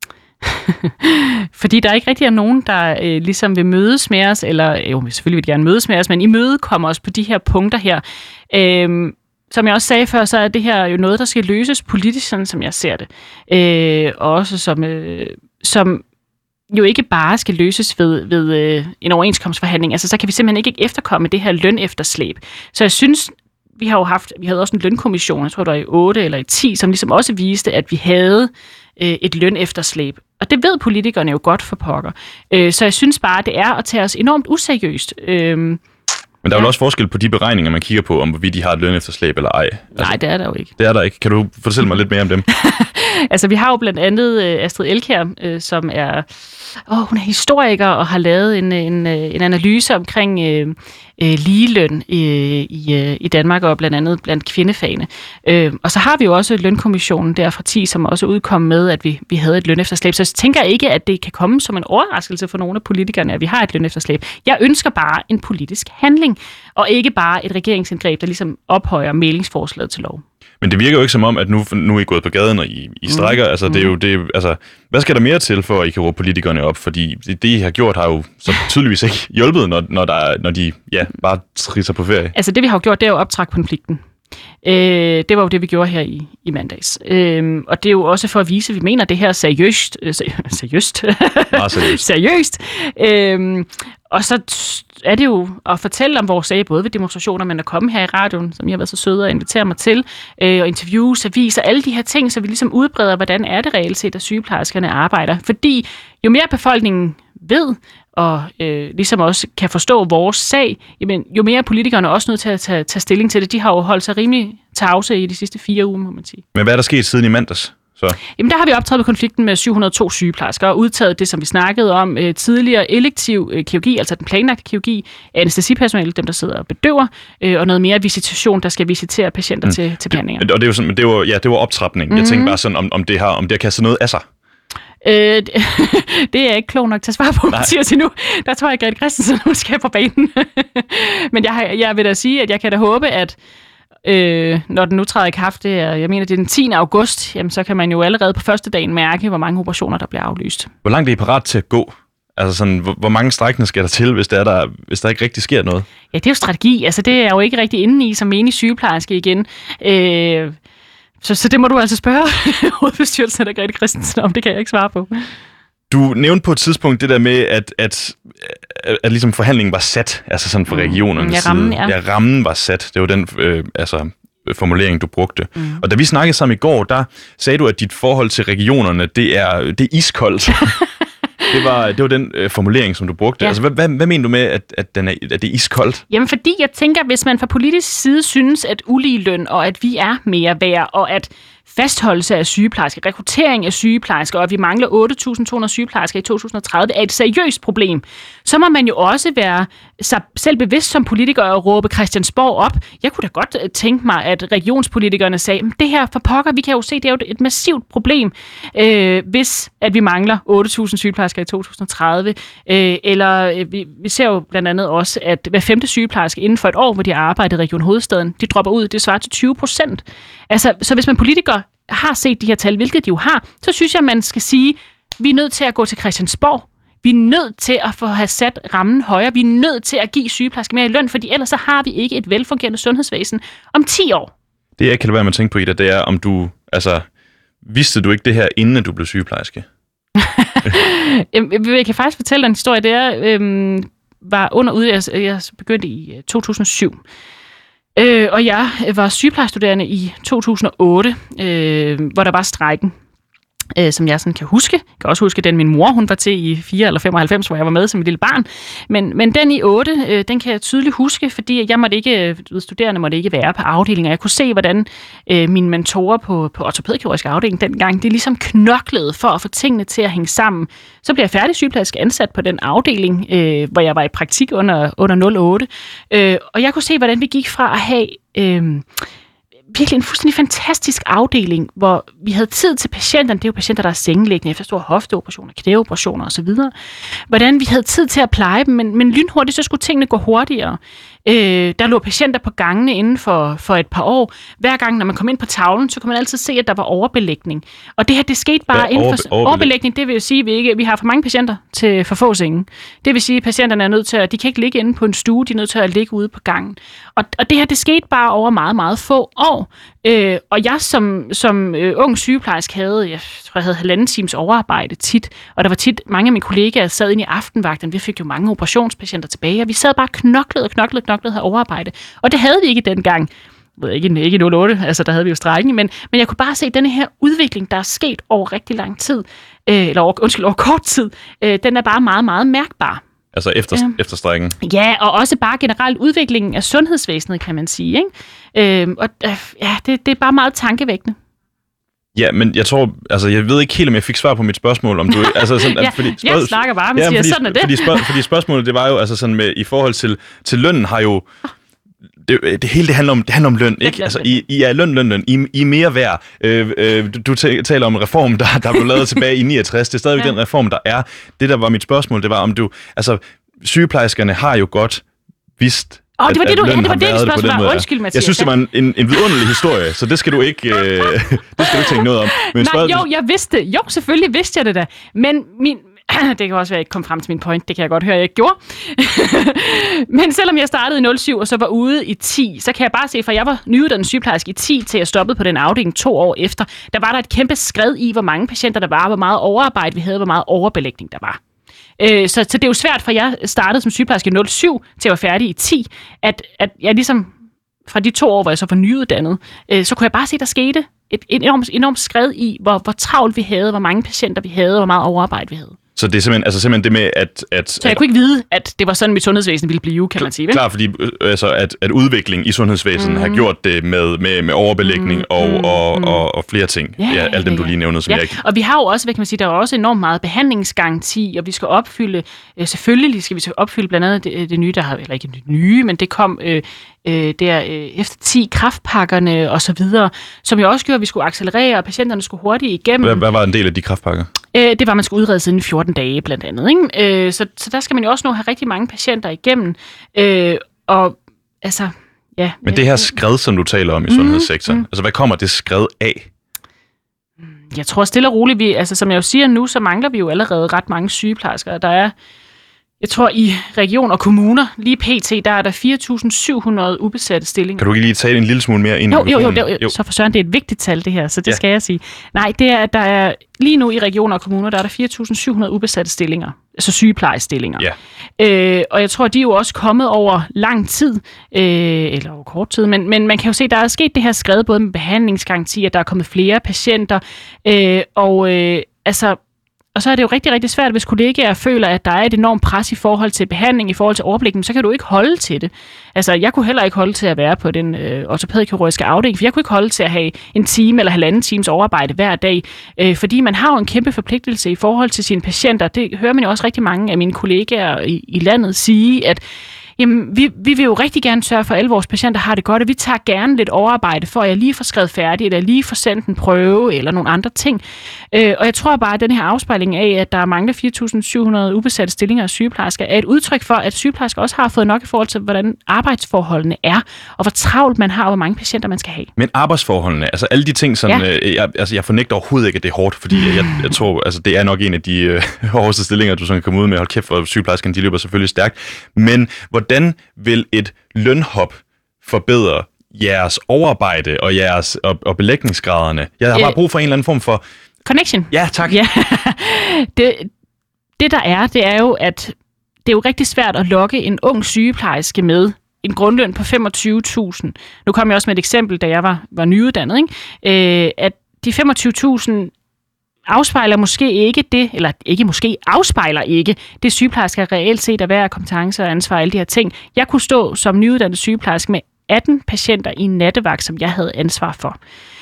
Fordi der ikke rigtig er nogen, der øh, ligesom vil mødes med os, eller jo, selvfølgelig vil de gerne mødes med os, men I mødekommer os på de her punkter her. Øhm, som jeg også sagde før, så er det her jo noget, der skal løses politisk, sådan som jeg ser det. Øh, og også som, øh, som jo ikke bare skal løses ved, ved øh, en overenskomstforhandling. Altså, så kan vi simpelthen ikke efterkomme det her lønefterslæb. Så jeg synes... Vi har jo haft, vi havde også en lønkommission, jeg tror det var i otte eller i ti, som ligesom også viste, at vi havde øh, et lønefterslæb. Og det ved politikerne jo godt for pokker. Øh, så jeg synes bare, det er at tage os enormt useriøst. Øh, Men der er jo ja. også forskel på de beregninger, man kigger på, om hvorvidt de har et lønefterslæb eller ej. Altså, Nej, det er der jo ikke. Det er der ikke. Kan du fortælle mig lidt mere om dem? Altså, vi har jo blandt andet øh, Astrid Elkjær, øh, som er, åh, hun er historiker og har lavet en, en, en analyse omkring øh, øh, ligeløn i, i, i Danmark og blandt andet blandt kvindefagene. Øh, og så har vi jo også lønkommissionen der fra ti, som også udkom med, at vi, vi havde et lønefterslæb. Så jeg tænker ikke, at det kan komme som en overraskelse for nogle af politikerne, at vi har et lønefterslæb. Jeg ønsker bare en politisk handling, og ikke bare et regeringsindgreb, der ligesom ophøjer mæglingsforslaget til lov. Men det virker jo ikke som om, at nu, nu er I gået på gaden, og I, I strækker. Mm. Altså, det er jo, det er, altså, hvad skal der mere til, for at I kan råbe politikerne op? Fordi det, det I har gjort, har jo så tydeligvis ikke hjulpet, når, når, der er, når de ja, bare trisser på ferie. Altså det, vi har gjort, det er jo optræk konflikten. Øh, det var jo det, vi gjorde her i, i mandags. Øh, og det er jo også for at vise, at vi mener det her seriøst. Øh, seriøst. Meget seriøst. seriøst. Øh, og så er det jo at fortælle om vores sag, både ved demonstrationer, men at komme her i radioen, som jeg har været så søde at invitere mig til, øh, og interviews, aviser, alle de her ting, så vi ligesom udbreder, hvordan er det reelt set, at sygeplejerskerne arbejder. Fordi jo mere befolkningen ved, og øh, ligesom også kan forstå vores sag, jamen, jo mere politikerne er også nødt til at tage, tage stilling til det. De har jo holdt sig rimelig tavse i de sidste fire uger, må man sige. Men hvad er der sket siden i mandags? Så. Jamen der har vi optaget konflikten med syv hundrede og to sygeplejersker og udtaget det, som vi snakkede om øh, tidligere, elektiv øh, kirurgi, altså den planlagte kirurgi, anæstesipersonale, dem der sidder og bedøver, øh, og noget mere visitation, der skal visitere patienter mm. til, til behandlinger. Det, og det, er jo sådan, det var, ja, det var optrapning. Mm-hmm. Jeg tænkte bare sådan, om, om, det har, om det har kastet noget af sig. Øh, det, det er jeg ikke klog nok til at svare på, siger til nu. Der tror jeg, at Grete Christensen nu skal på banen. Men jeg, har, jeg vil da sige, at jeg kan da håbe, at Øh, når den nu træder i kraft, det er, jeg mener, det er den tiende august, jamen, så kan man jo allerede på første dagen mærke, hvor mange operationer, der bliver aflyst. Hvor langt er I parat til at gå? Altså sådan, hvor, hvor mange strækninger skal der til, hvis der, er der, hvis der ikke rigtig sker noget? Ja, det er jo strategi. Altså, det er jeg jo ikke rigtig inde i som menig sygeplejerske igen. Øh, så, så det må du altså spørge hovedbestyrelsen af Grete Christensen om. Det kan jeg ikke svare på. Du nævnte på et tidspunkt det der med, at, at, at, at ligesom forhandlingen var sat, altså sådan for regionernes ja, rammen, ja. Ja, rammen var sat. Det var den øh, altså, formulering, du brugte. Mm. Og da vi snakkede sammen i går, der sagde du, at dit forhold til regionerne, det er, det er iskoldt. Det var, det var den øh, formulering, som du brugte. Ja. Altså, hvad, hvad, hvad mener du med, at, at, den er, at det er iskoldt? Jamen, fordi jeg tænker, hvis man fra politisk side synes, at uligeløn og at vi er mere værd, og at fastholdelse af sygeplejersker, rekruttering af sygeplejersker, og at vi mangler otte tusind to hundrede sygeplejersker i to tusind og tredive, er et seriøst problem. Så må man jo også være sig selv bevidst som politiker og råbe Christiansborg op. Jeg kunne da godt tænke mig, at regionspolitikerne sagde, det her for pokker, vi kan jo se, det er jo et massivt problem, øh, hvis at vi mangler otte tusind sygeplejersker i to tusind og tredive. Øh, eller øh, vi, vi ser jo blandt andet også, at hver femte sygeplejerske inden for et år, hvor de har arbejdet i Region Hovedstaden, de dropper ud. Det svarer til tyve procent. Altså, så hvis man politiker har set de her tal, hvilket de jo har, så synes jeg, man skal sige, vi er nødt til at gå til Christiansborg. Vi er nødt til at få have sat rammen højere. Vi er nødt til at give sygeplejersker mere i løn, fordi ellers så har vi ikke et velfungerende sundhedsvæsen om ti år. Det jeg kan lade være med at tænke på, Ida, det er, om du, altså, vidste du ikke det her, inden du blev sygeplejerske? Jeg kan faktisk fortælle dig en historie. Det er, øhm, var under ude, jeg, jeg begyndte i to tusind og syv. Øh, og jeg var sygeplejestuderende i to tusind og otte, øh, hvor der var strejken, øh, som jeg sådan kan huske. Jeg kan også huske, den min mor hun var til i fire eller femoghalvfems, hvor jeg var med som et lille barn. Men, men den i otte, øh, den kan jeg tydeligt huske, fordi jeg måtte ikke, studerende måtte ikke være på afdelinger. Jeg kunne se, hvordan øh, mine mentorer på, på ortopædkirurgisk afdeling dengang, de ligesom knoklede for at få tingene til at hænge sammen. Så blev jeg færdig sygeplejerske ansat på den afdeling, øh, hvor jeg var i praktik under, under nul otte. Øh, og jeg kunne se, hvordan vi gik fra at have øh, virkelig en fuldstændig fantastisk afdeling, hvor vi havde tid til patienterne. Det er jo patienter, der er sengeliggende efter store hofteoperationer, knæoperationer osv. Hvordan vi havde tid til at pleje dem, men, men lynhurtigt, så skulle tingene gå hurtigere. Øh, der lå patienter på gangene inden for, for et par år. Hver gang, når man kom ind på tavlen, så kunne man altid se, at der var overbelægning. Og det her, det skete bare inden for... Overbe- overbelægning, det vil jo sige, at vi, ikke, vi har for mange patienter til for få senge. Det vil sige, at patienterne er nødt til at... De kan ikke ligge inde på en stue, de er nødt til at ligge ude på gangen. Og, og det her, det skete bare over meget, meget få år. Øh, og jeg som, som øh, ung sygeplejerske havde, jeg tror, jeg havde halvanden times overarbejde tit. Og der var tit, mange af mine kollegaer sad inde i aftenvagten. Vi fik jo mange operationspatienter tilbage, og vi sad bare knoklede og knoklede og knoklede her overarbejde. Og det havde vi ikke dengang. ved ikke, ikke nul otte, altså der havde vi jo strejken, men, men jeg kunne bare se denne her udvikling, der er sket over rigtig lang tid, øh, eller over, undskyld, over kort tid, øh, den er bare meget, meget mærkbar. Altså efter, ja. efter strejken? Ja, og også bare generelt udviklingen af sundhedsvæsenet, kan man sige. Ikke? Øh, og øh, ja, det, det er bare meget tankevækkende. Ja, men jeg tror, altså jeg ved ikke helt, om jeg fik svar på mit spørgsmål, om du... altså sådan, ja, fordi spørg- jeg snakker bare, men ja, siger, fordi, sådan er det. Fordi, spørg- fordi spørgsmålet, det var jo, altså sådan med, i forhold til, til lønnen har jo... Det, det hele det handler om det handler om løn, ikke? Altså I, I er løn, løn, løn. I, I er mere værd. Øh, øh, du taler om en reform, der der blev lavet tilbage i niogtres. Det er stadigvæk ja. den reform, der er. Det der var mit spørgsmål, det var om du, altså sygeplejerskerne har jo godt vidst. Åh, oh, det var det, du, ja, det var det, det spørgsmål var. Undskyld, Mathias. Jeg synes, det var en, en, en vidunderlig historie, så det skal du ikke, øh, det skal du ikke tænke noget om. Men Nej, spørg- jo, jeg vidste. Jo, selvfølgelig vidste jeg det da. Men min... Det kan også være, at jeg ikke kom frem til min point. Det kan jeg godt høre, at jeg ikke gjorde. Men selvom jeg startede i nul syv og så var ude i ti, så kan jeg bare se, for jeg var nyuddannet sygeplejerske i ti, til jeg stoppede på den afdeling to år efter, der var der et kæmpe skred i, hvor mange patienter der var, hvor meget overarbejde vi havde, hvor meget overbelægning der var. Så, så det er jo svært, for jeg startede som sygeplejerske i nul syv, til jeg var færdig i ti, at, at jeg ligesom fra de to år, hvor jeg så var nyuddannet, så kunne jeg bare se, at der skete et enormt, enormt skred i, hvor, hvor travlt vi havde, hvor mange patienter vi havde, hvor meget overarbejde vi havde. Så det er simpelthen, altså simpelthen det med, at... at så jeg at, kunne ikke vide, at det var sådan, mit sundhedsvæsen ville blive, kan man sige. Klar, fordi altså, at, at udvikling i sundhedsvæsenet mm. har gjort det med, med, med overbelægning mm. og, og, og, og flere ting. Ja, ja, alt dem, ja, du lige nævnede, som ja. jeg ikke... Og vi har jo også, hvad kan man sige, der er også enormt meget behandlingsgaranti, og vi skal opfylde, øh, selvfølgelig skal vi opfylde blandt andet det, det nye, der har, eller ikke det nye, men det kom øh, øh, der øh, efter ti kræftpakkerne og så videre, som jo også gjorde, at vi skulle accelerere, og patienterne skulle hurtigt igennem. Hvad, hvad var en del af de kræftpakker? Det var, at man skulle udrede siden fjorten dage, blandt andet. Ikke? Så, så der skal man jo også nå have rigtig mange patienter igennem. Og altså, ja. Men det her skred, som du taler om i mm, sundhedssektoren, mm. altså hvad kommer det skred af? Jeg tror stille og roligt, vi, altså som jeg jo siger nu, så mangler vi jo allerede ret mange sygeplejersker. Der er, jeg tror i region og kommuner, lige pt, der er der fire tusind syv hundrede ubesatte stillinger. Kan du ikke lige tage en lille smule mere ind i jo, jo, jo, jo, jo, så for søren, det er et vigtigt tal det her, så det ja. skal jeg sige. Nej, det er, at der er lige nu i regioner og kommuner, der er der fire tusind syv hundrede ubesatte stillinger, altså sygeplejestillinger. Ja. Øh, og jeg tror, de er jo også kommet over lang tid, øh, eller over kort tid, men, men man kan jo se, der er sket det her skred både med behandlingsgaranti, at der er kommet flere patienter, øh, og øh, altså... Og så er det jo rigtig, rigtig svært, hvis kollegaer føler, at der er et enormt pres i forhold til behandling, i forhold til overblikning, så kan du ikke holde til det. Altså, jeg kunne heller ikke holde til at være på den øh, ortopædkirurgiske afdeling, for jeg kunne ikke holde til at have en time eller halvanden times overarbejde hver dag, øh, fordi man har jo en kæmpe forpligtelse i forhold til sine patienter. Det hører man jo også rigtig mange af mine kollegaer i, i landet sige, at jamen, vi, vi vil jo rigtig gerne sørge for, at alle vores patienter har det godt, og vi tager gerne lidt overarbejde, for at jeg lige får skrevet færdigt, eller lige får sendt en prøve, eller nogle andre ting. Øh, og jeg tror bare, at den her afspejling af, at der mangler fire tusind syv hundrede ubesatte stillinger af sygeplejersker, er et udtryk for, at sygeplejersker også har fået nok i forhold til, hvordan arbejdsforholdene er, og hvor travlt man har, og hvor mange patienter man skal have. Men arbejdsforholdene, altså alle de ting, som ja. øh, jeg, altså jeg fornægter overhovedet ikke, at det er hårdt, fordi jeg, jeg tror, altså det er nok en af de øh, hårdeste stillinger, du sådan kan komme ud med. Hold kæft, for sygeplejerskerne, de løber selvfølgelig stærkt. Men hvordan vil et lønhop forbedre jeres overarbejde og jeres og, og belægningsgraderne? Jeg har bare brug for en eller anden form for... Connection. Ja, tak. Ja. det, det der er, det er jo, at det er jo rigtig svært at lokke en ung sygeplejerske med en grundløn på femogtyve tusind. Nu kom jeg også med et eksempel, da jeg var, var nyuddannet, ikke? Øh, at de femogtyve tusind afspejler måske ikke det, eller ikke måske, afspejler ikke det sygeplejersker reelt set er værd af kompetence og ansvar og alle de her ting. Jeg kunne stå som nyuddannet sygeplejerske med atten patienter i en nattevagt, som jeg havde ansvar for.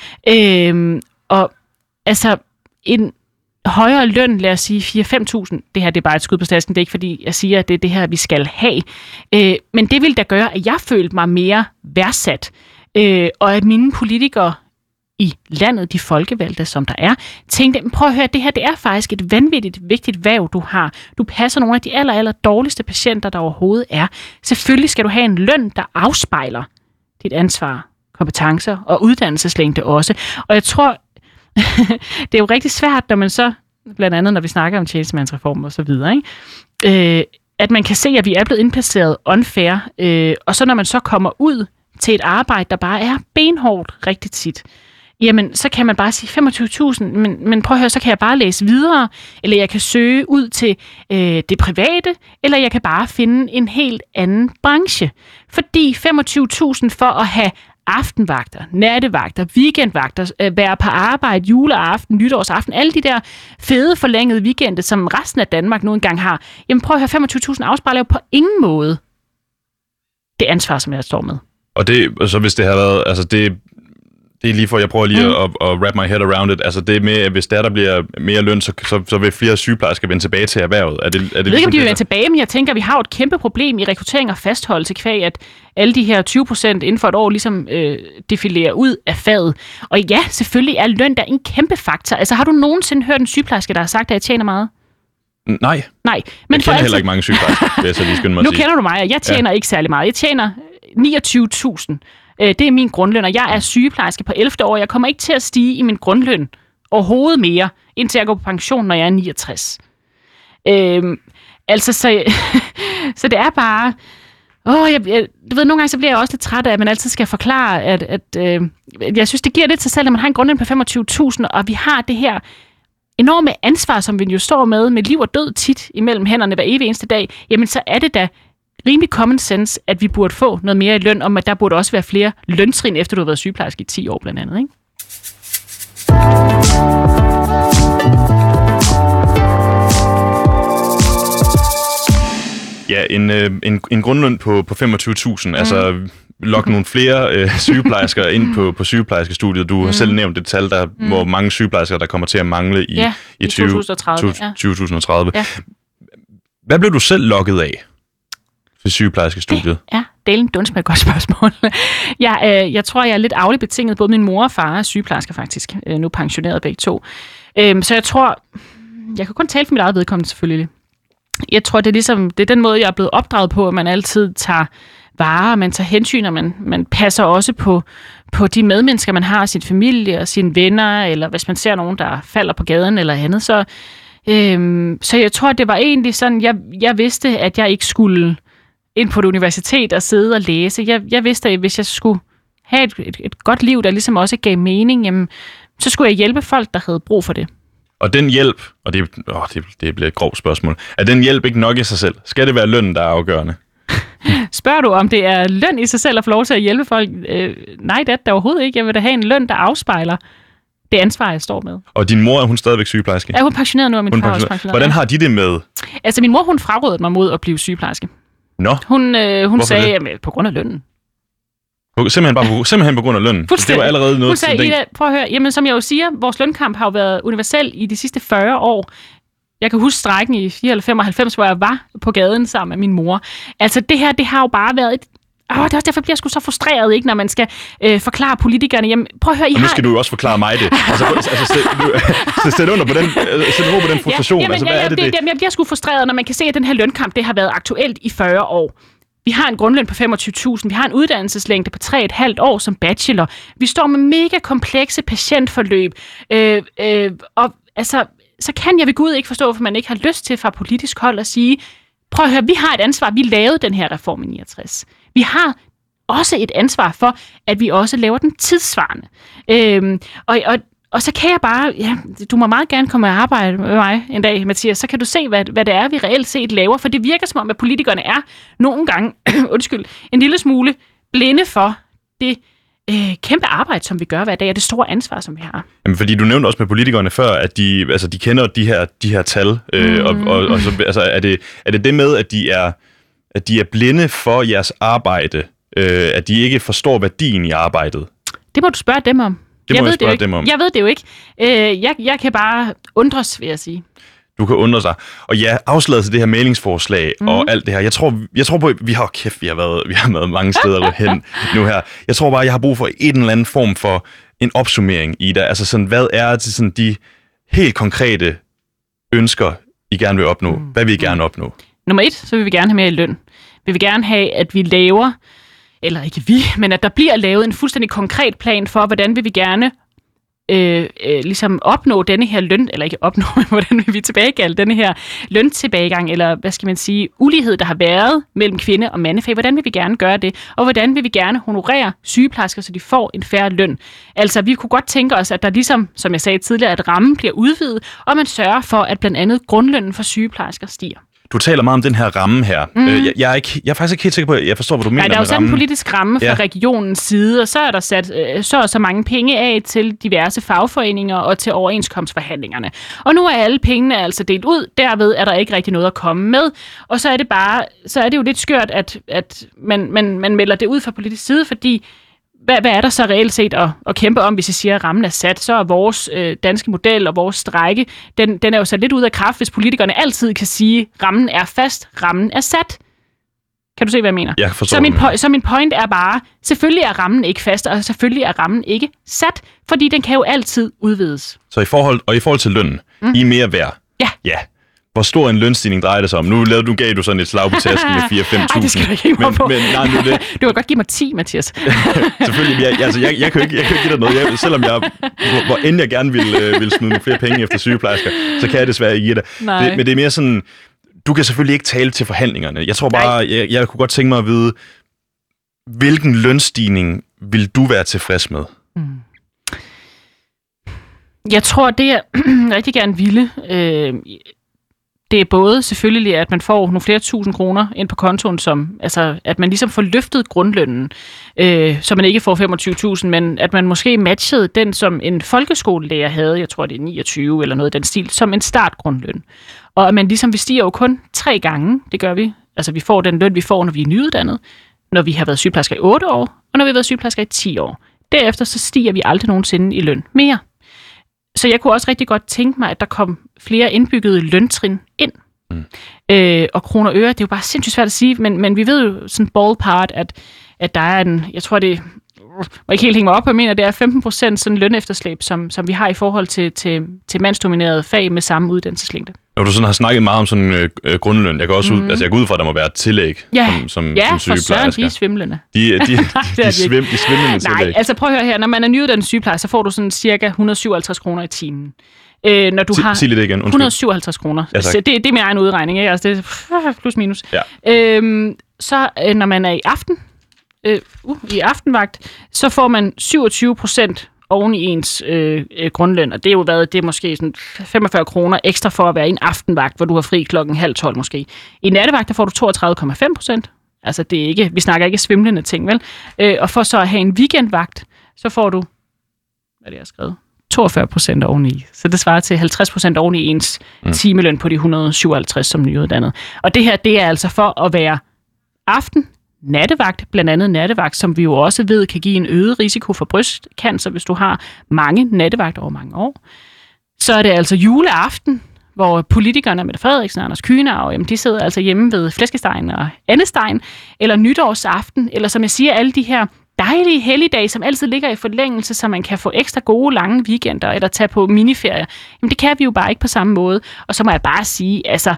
Øhm, og altså en højere løn, lad os sige fire til fem tusind, det her det er bare et skud på stasken, det er ikke fordi jeg siger, at det er det her, vi skal have. Øh, men det vil da gøre, at jeg følte mig mere værdsat, øh, og at mine politikere i landet, de folkevalgte, som der er, tænkte, prøv at høre, det her, det er faktisk et vanvittigt vigtigt hverv, du har. Du passer nogle af de aller, aller dårligste patienter, der overhovedet er. Selvfølgelig skal du have en løn, der afspejler dit ansvar, kompetencer og uddannelseslængde også. Og jeg tror, det er jo rigtig svært, når man så, blandt andet når vi snakker om tjenestemandsreformen og så videre, ikke? Øh, at man kan se, at vi er blevet indplaceret unfair, øh, og så når man så kommer ud til et arbejde, der bare er benhårdt rigtig tit, jamen, så kan man bare sige femogtyve tusind, men, men prøv at høre, så kan jeg bare læse videre, eller jeg kan søge ud til øh, det private, eller jeg kan bare finde en helt anden branche. Fordi femogtyve tusind for at have aftenvagter, nattevagter, weekendvagter, øh, være på arbejde, juleaften, nytårsaften, alle de der fede forlængede weekender, som resten af Danmark nu engang har. Jamen prøv at høre, femogtyve tusind afspejler jo på ingen måde det ansvar, som jeg står med. Og det, så hvis det har været, altså det, det er lige for, jeg prøver lige mm. at, at wrap my head around it. Altså det med, at hvis der, der bliver mere løn, så, så, så vil flere sygeplejersker vende tilbage til erhvervet. Er det, er det jeg ved ligesom ikke, om de vil det, vende tilbage, men jeg tænker, at vi har et kæmpe problem i rekruttering og fastholdelse kvæg, at alle de her tyve procent inden for et år ligesom øh, defilerer ud af faget. Og ja, selvfølgelig er løn der en kæmpe faktor. Altså har du nogensinde hørt en sygeplejerske, der har sagt, at jeg tjener meget? Nej. Nej. Men jeg kender altid... heller ikke mange sygeplejersker, vil jeg så lige skynde mig Nu at sige. kender du mig, og jeg tjener ja. ikke særlig meget. Jeg tjener niogtyve tusind. Det er min grundløn, og jeg er sygeplejerske på ellevte år. Jeg kommer ikke til at stige i min grundløn overhovedet mere, indtil jeg går på pension, når jeg er niogtres. Øhm, altså, så, så det er bare... Åh, jeg, jeg, du ved, nogle gange så bliver jeg også lidt træt af, at man altid skal forklare, at, at øh, jeg synes, det giver lidt sig selv, at man har en grundløn på femogtyve tusind, og vi har det her enorme ansvar, som vi jo står med, med liv og død tit imellem hænderne hver evig eneste dag, jamen så er det da rimelig common sense, at vi burde få noget mere i løn, om at der burde også være flere løntrin, efter du har været sygeplejerske i ti år blandt andet, ikke? Ja, en, øh, en, en grundløn på, på femogtyve tusind, mm. altså lok nogle flere øh, sygeplejersker ind på, på sygeplejerskestudiet. Du mm. har selv nævnt et tal, der, mm. hvor mange sygeplejersker, der kommer til at mangle i, ja, i, i tyve tusind og tredive. tyve tusind og tredive. Ja. Hvad blev du selv lokket af til sygeplejerskestudiet? Ja, det er en dunst med et godt spørgsmål. jeg, øh, jeg tror, jeg er lidt afligt betinget. Både min mor og far er sygeplejersker faktisk. Øh, nu pensioneret begge to. Øh, så jeg tror... Jeg kan kun tale for mit eget vedkommende selvfølgelig. Jeg tror, det er, ligesom, det er den måde, jeg er blevet opdraget på, at man altid tager vare, man tager hensyn, og man, man passer også på, på de medmennesker, man har, sin familie og sine venner, eller hvis man ser nogen, der falder på gaden eller andet. Så, øhm, så jeg tror, det var egentlig sådan, jeg, jeg vidste, at jeg ikke skulle ind på et universitet og sidde og læse. Jeg, jeg vidste, at hvis jeg skulle have et, et, et godt liv, der ligesom også gav mening, jamen, så skulle jeg hjælpe folk, der havde brug for det. Og den hjælp, og det, åh, det, det bliver et grovt spørgsmål, er den hjælp ikke nok i sig selv? Skal det være lønnen, der er afgørende? Spørger du, om det er løn i sig selv at få lov til at hjælpe folk? Øh, nej, det er det overhovedet ikke. Jeg vil da have en løn, der afspejler det ansvar, jeg står med. Og din mor, er hun stadigvæk sygeplejerske? Ja, hun er pensioneret nu, og min hun far er også pensioneret. Hvordan har de det med? Altså, min mor, hun frarådede mig mod at blive sygeplejerske. Nå? Hun, øh, hun sagde, jamen, på grund af lønnen. Simpelthen, bare på, simpelthen på grund af lønnen. Det var allerede noget... Hun sagde, Ida, prøv at høre, jamen som jeg jo siger, vores lønkamp har jo været universel i de sidste fyrre år. Jeg kan huske strækken i fireoghalvfems, hvor jeg var på gaden sammen med min mor. Altså det her, det har jo bare været et... Åh, det er også derfor, bliver jeg sgu så frustreret, ikke, når man skal øh, forklare politikerne. Jamen, prøv at høre, I og nu har... skal du jo også forklare mig det. Altså, altså sæt, sæt under på den, sæt på den frustration. Ja, jamen, altså, hvad ja, er det, det, det? Jamen, jeg bliver sgu frustreret, når man kan se, at den her lønkamp, det har været aktuelt i fyrre år. Vi har en grundløn på femogtyve tusind. Vi har en uddannelseslængde på tre komma fem år som bachelor. Vi står med mega komplekse patientforløb. Øh, øh, og altså, så kan jeg ved Gud ikke forstå, for man ikke har lyst til fra politisk hold at sige, prøv at høre, vi har et ansvar. Vi lavede den her reform i niogtres. Vi har også et ansvar for, at vi også laver den tidsvarende. Øh, og, og Og så kan jeg bare, ja, du må meget gerne komme og arbejde med mig en dag, Mathias, så kan du se, hvad, hvad det er, vi reelt set laver. For det virker som om, at politikerne er nogle gange, undskyld, en lille smule blinde for det øh, kæmpe arbejde, som vi gør hver dag, og det store ansvar, som vi har. Jamen, fordi du nævnte også med politikerne før, at de, altså, de kender de her, de her tal, øh, mm. og, og, og så, altså, er, det, er det det med, at de er, at de er blinde for jeres arbejde, øh, at de ikke forstår værdien i arbejdet? Det må du spørge dem om. Det jeg, må ved jeg spørge det dem om. jeg ved det jo ikke. Øh, jeg, jeg kan bare undres, vil jeg sige. Du kan undre sig. Og ja, afslaget til det her mailingsforslag mm. og alt det her. Jeg tror, jeg tror på, vi har kæft, vi har været, vi har været mange steder hen nu her. Jeg tror bare, jeg har brug for en eller anden form for en opsummering i det. Altså sådan, hvad er det sådan de helt konkrete ønsker, I gerne vil opnå? Mm. Hvad vil I gerne opnå? Nummer et, så vil vi gerne have mere i løn. Vi vil gerne have, at vi laver, eller ikke vi, men at der bliver lavet en fuldstændig konkret plan for, hvordan vil vi gerne øh, øh, ligesom opnå denne her løn, eller ikke opnå, men hvordan vil vi tilbagekalde denne her løntilbagegang, eller hvad skal man sige, ulighed, der har været mellem kvinde- og mandefag. Hvordan vil vi gerne gøre det? Og hvordan vil vi gerne honorere sygeplejersker, så de får en fair løn? Altså, vi kunne godt tænke os, at der ligesom, som jeg sagde tidligere, at rammen bliver udvidet, og man sørger for, at blandt andet grundlønnen for sygeplejersker stiger. du taler meget om den her ramme her. Mm. Jeg, jeg, er ikke, jeg er faktisk ikke helt sikker på, at jeg forstår, hvad du mener med rammen. Der er jo sat en politisk ramme fra ja. regionens side, og så er der sat øh, så og så mange penge af til diverse fagforeninger og til overenskomstforhandlingerne. Og nu er alle pengene altså delt ud, derved er der ikke rigtig noget at komme med. Og så er det bare, så er det jo lidt skørt, at, at man, man, man melder det ud fra politisk side, fordi Hvad, hvad er der så reelt set at, at kæmpe om, hvis jeg siger, at rammen er sat? Så er vores øh, danske model og vores strejke, den, den er jo sat lidt ud af kraft, hvis politikerne altid kan sige, at rammen er fast, rammen er sat. Kan du se, hvad jeg mener? Jeg forstår, så, min po- så min point er bare, selvfølgelig er rammen ikke fast, og selvfølgelig er rammen ikke sat, fordi den kan jo altid udvides. Så i forhold, og i forhold til lønnen, mm. I er mere værd? Ja. Ja. Hvor stor en lønstigning drejer det sig om? Nu, lavede, nu gav du sådan et slag på tasken med fire til fem tusind. Nej, det skal du ikke give mig på. Men, nej, nu det. Du kan godt give mig ti, Mathias. Selvfølgelig. Jeg, altså, jeg, jeg, kan ikke, jeg kan ikke give dig noget. Jeg, selvom jeg, hvor, hvor end jeg gerne vil, øh, vil smide nogle flere penge efter sygeplejersker, så kan jeg desværre ikke give dig. Det, men det er mere sådan, du kan selvfølgelig ikke tale til forhandlingerne. Jeg tror bare, jeg, jeg kunne godt tænke mig at vide, hvilken lønstigning vil du være tilfreds med? Mm. Jeg tror, det jeg rigtig gerne ville... Øh, Det er både selvfølgelig, at man får nogle flere tusind kroner ind på kontoen, som, altså, at man ligesom får løftet grundlønnen, øh, så man ikke får femogtyve tusind, men at man måske matchede den, som en folkeskolelærer havde, jeg tror det er niogtyve eller noget af den stil, som en startgrundløn. Og at man ligesom, vi stiger jo kun tre gange, det gør vi. Altså vi får den løn, vi får, når vi er nyuddannet, når vi har været sygeplejersker i otte år, og når vi har været sygeplejersker i ti år. Derefter så stiger vi aldrig nogensinde i løn mere. Så jeg kunne også rigtig godt tænke mig, at der kom flere indbyggede løntrin ind. Mm. Øh, og kroner og øre, det er jo bare sindssygt svært at sige, men, men vi ved jo sådan ballpark, at, at der er en, jeg tror det, må ikke helt hænge mig op, jeg mener, det er femten procent sådan lønefterslæb, som, som vi har i forhold til, til, til mandsdominerede fag med samme uddannelseslængde. Når du sådan har snakket meget om sådan øh, øh, grundløn, jeg går også ud, mm. altså jeg går ud fra, at der må være et tillæg ja. som, som, ja, som sygeplejersker. Ja, for søren, de er svimlende. De, de, de, de, de, svim, de svimlende tillæg. Nej, altså prøv at høre her, når man er nyuddannet sygeplejer, så får du sådan cirka et hundrede og syvoghalvtreds kroner i timen. Øh, når du sig, har sig lidt igen, undskyld. et hundrede og syvoghalvtreds kroner. Ja, så det, det er min egen udregning, ikke? Altså det er plus minus. Ja. Øhm, så øh, når man er i aften, øh, uh, i aftenvagt, så får man syvogtyve procent oven i ens øh, øh, grundløn, og det er jo været, det er måske sådan femogfyrre kroner ekstra for at være i en aftenvagt, hvor du har fri klokken halv tolv måske. I nattevagt, der får du toogtredive komma fem procent. Altså det er ikke, vi snakker ikke svimlende ting, vel? Øh, og for så at have en weekendvagt, så får du, hvad er det, jeg har skrevet? toogfyrre procent oveni. Så det svarer til halvtreds procent oveni ens mm. timeløn på de et hundrede og syvoghalvtreds som nyuddannet. Og det her, det er altså for at være aften, nattevagt, blandt andet nattevagt, som vi jo også ved kan give en øget risiko for brystcancer, hvis du har mange nattevagter over mange år. Så er det altså juleaften, hvor politikerne, Mette Frederiksen og Anders Kühnau, jamen de sidder altså hjemme ved flæskestegen og andestegen, eller nytårsaften, eller som jeg siger, alle de her dejlige helligdage, som altid ligger i forlængelse, så man kan få ekstra gode, lange weekender, eller tage på miniferie. Jamen det kan vi jo bare ikke på samme måde. Og så må jeg bare sige, altså,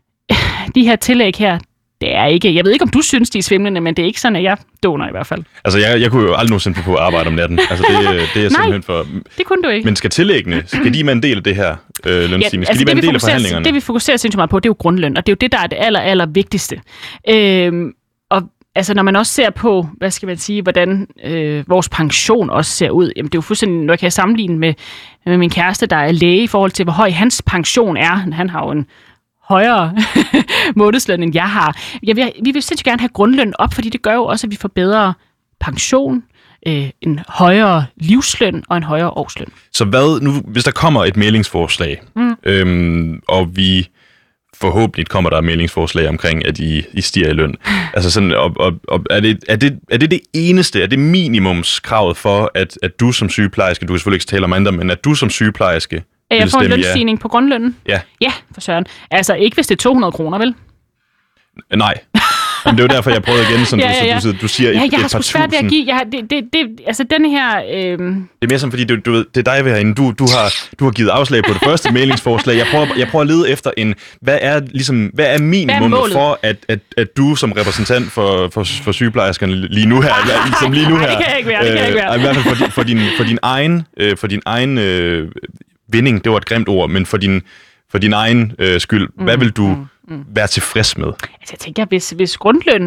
de her tillæg her, det er ikke, jeg ved ikke, om du synes, de er svimlende, men det er ikke sådan, at jeg doner i hvert fald. Altså, jeg, jeg kunne jo aldrig nogensinde på at arbejde om natten. Altså, det, det er simpelthen Nej, for... det kunne du ikke. Men skal tillæggene, skal de være en del af det her øh, lønstigning? Ja, skal altså, de være en del af fokuserer, forhandlingerne? Det, vi fokuserer sindssygt meget på, det er jo grundløn, og det er jo det, der er det aller, aller vigtigste. Øhm, og altså, når man også ser på, hvad skal man sige, hvordan øh, vores pension også ser ud, jamen det er jo fuldstændig, når jeg kan sammenligne med, med min kæreste, der er læge, i forhold til, hvor høj hans pension er. Han har jo en højere månedsløn, end jeg har. Jeg vil, vi vil sindssygt gerne have grundløn op, fordi det gør jo også, at vi får bedre pension, øh, en højere livsløn og en højere årsløn. Så hvad nu, hvis der kommer et mæglingsforslag, mm. øhm, og vi forhåbentlig kommer der et mæglingsforslag omkring, at I, I stiger i løn. Altså sådan, og, og, og er, det, er, det, er det det eneste, er det minimumskravet for, at, at du som sygeplejerske, du kan selvfølgelig ikke tale om andre, men at du som sygeplejerske at jeg får en lønstigning ja. på grundlønnen? Ja. Ja, for søren. Altså ikke hvis det er to hundrede kroner, vel? Nej. Men det er jo derfor, jeg prøvede igen, som ja, ja, ja. Du, du, du siger et, ja, jeg et har sgu svært ved at give. Jeg har, det, det, det, altså den her... Øh... Det er mere som, fordi du, du ved, det er dig herinde. Du, du, har, du har givet afslag på det første mæglingsforslag. Jeg prøver, jeg prøver at lede efter en... Hvad er, ligesom, hvad er minimum for, at, at, at du som repræsentant for, for, for sygeplejerskerne lige nu her... Ah, ligesom lige nu her, nej, det kan jeg ikke være. Det kan jeg ikke være. Øh, I hvert fald for, for, din, for din egen, øh, for din egen øh, vinding, det var et grimt ord, men for din, for din egen øh, skyld, mm, hvad vil du mm, mm. være tilfreds med? Altså jeg tænker, hvis, hvis grundlønnen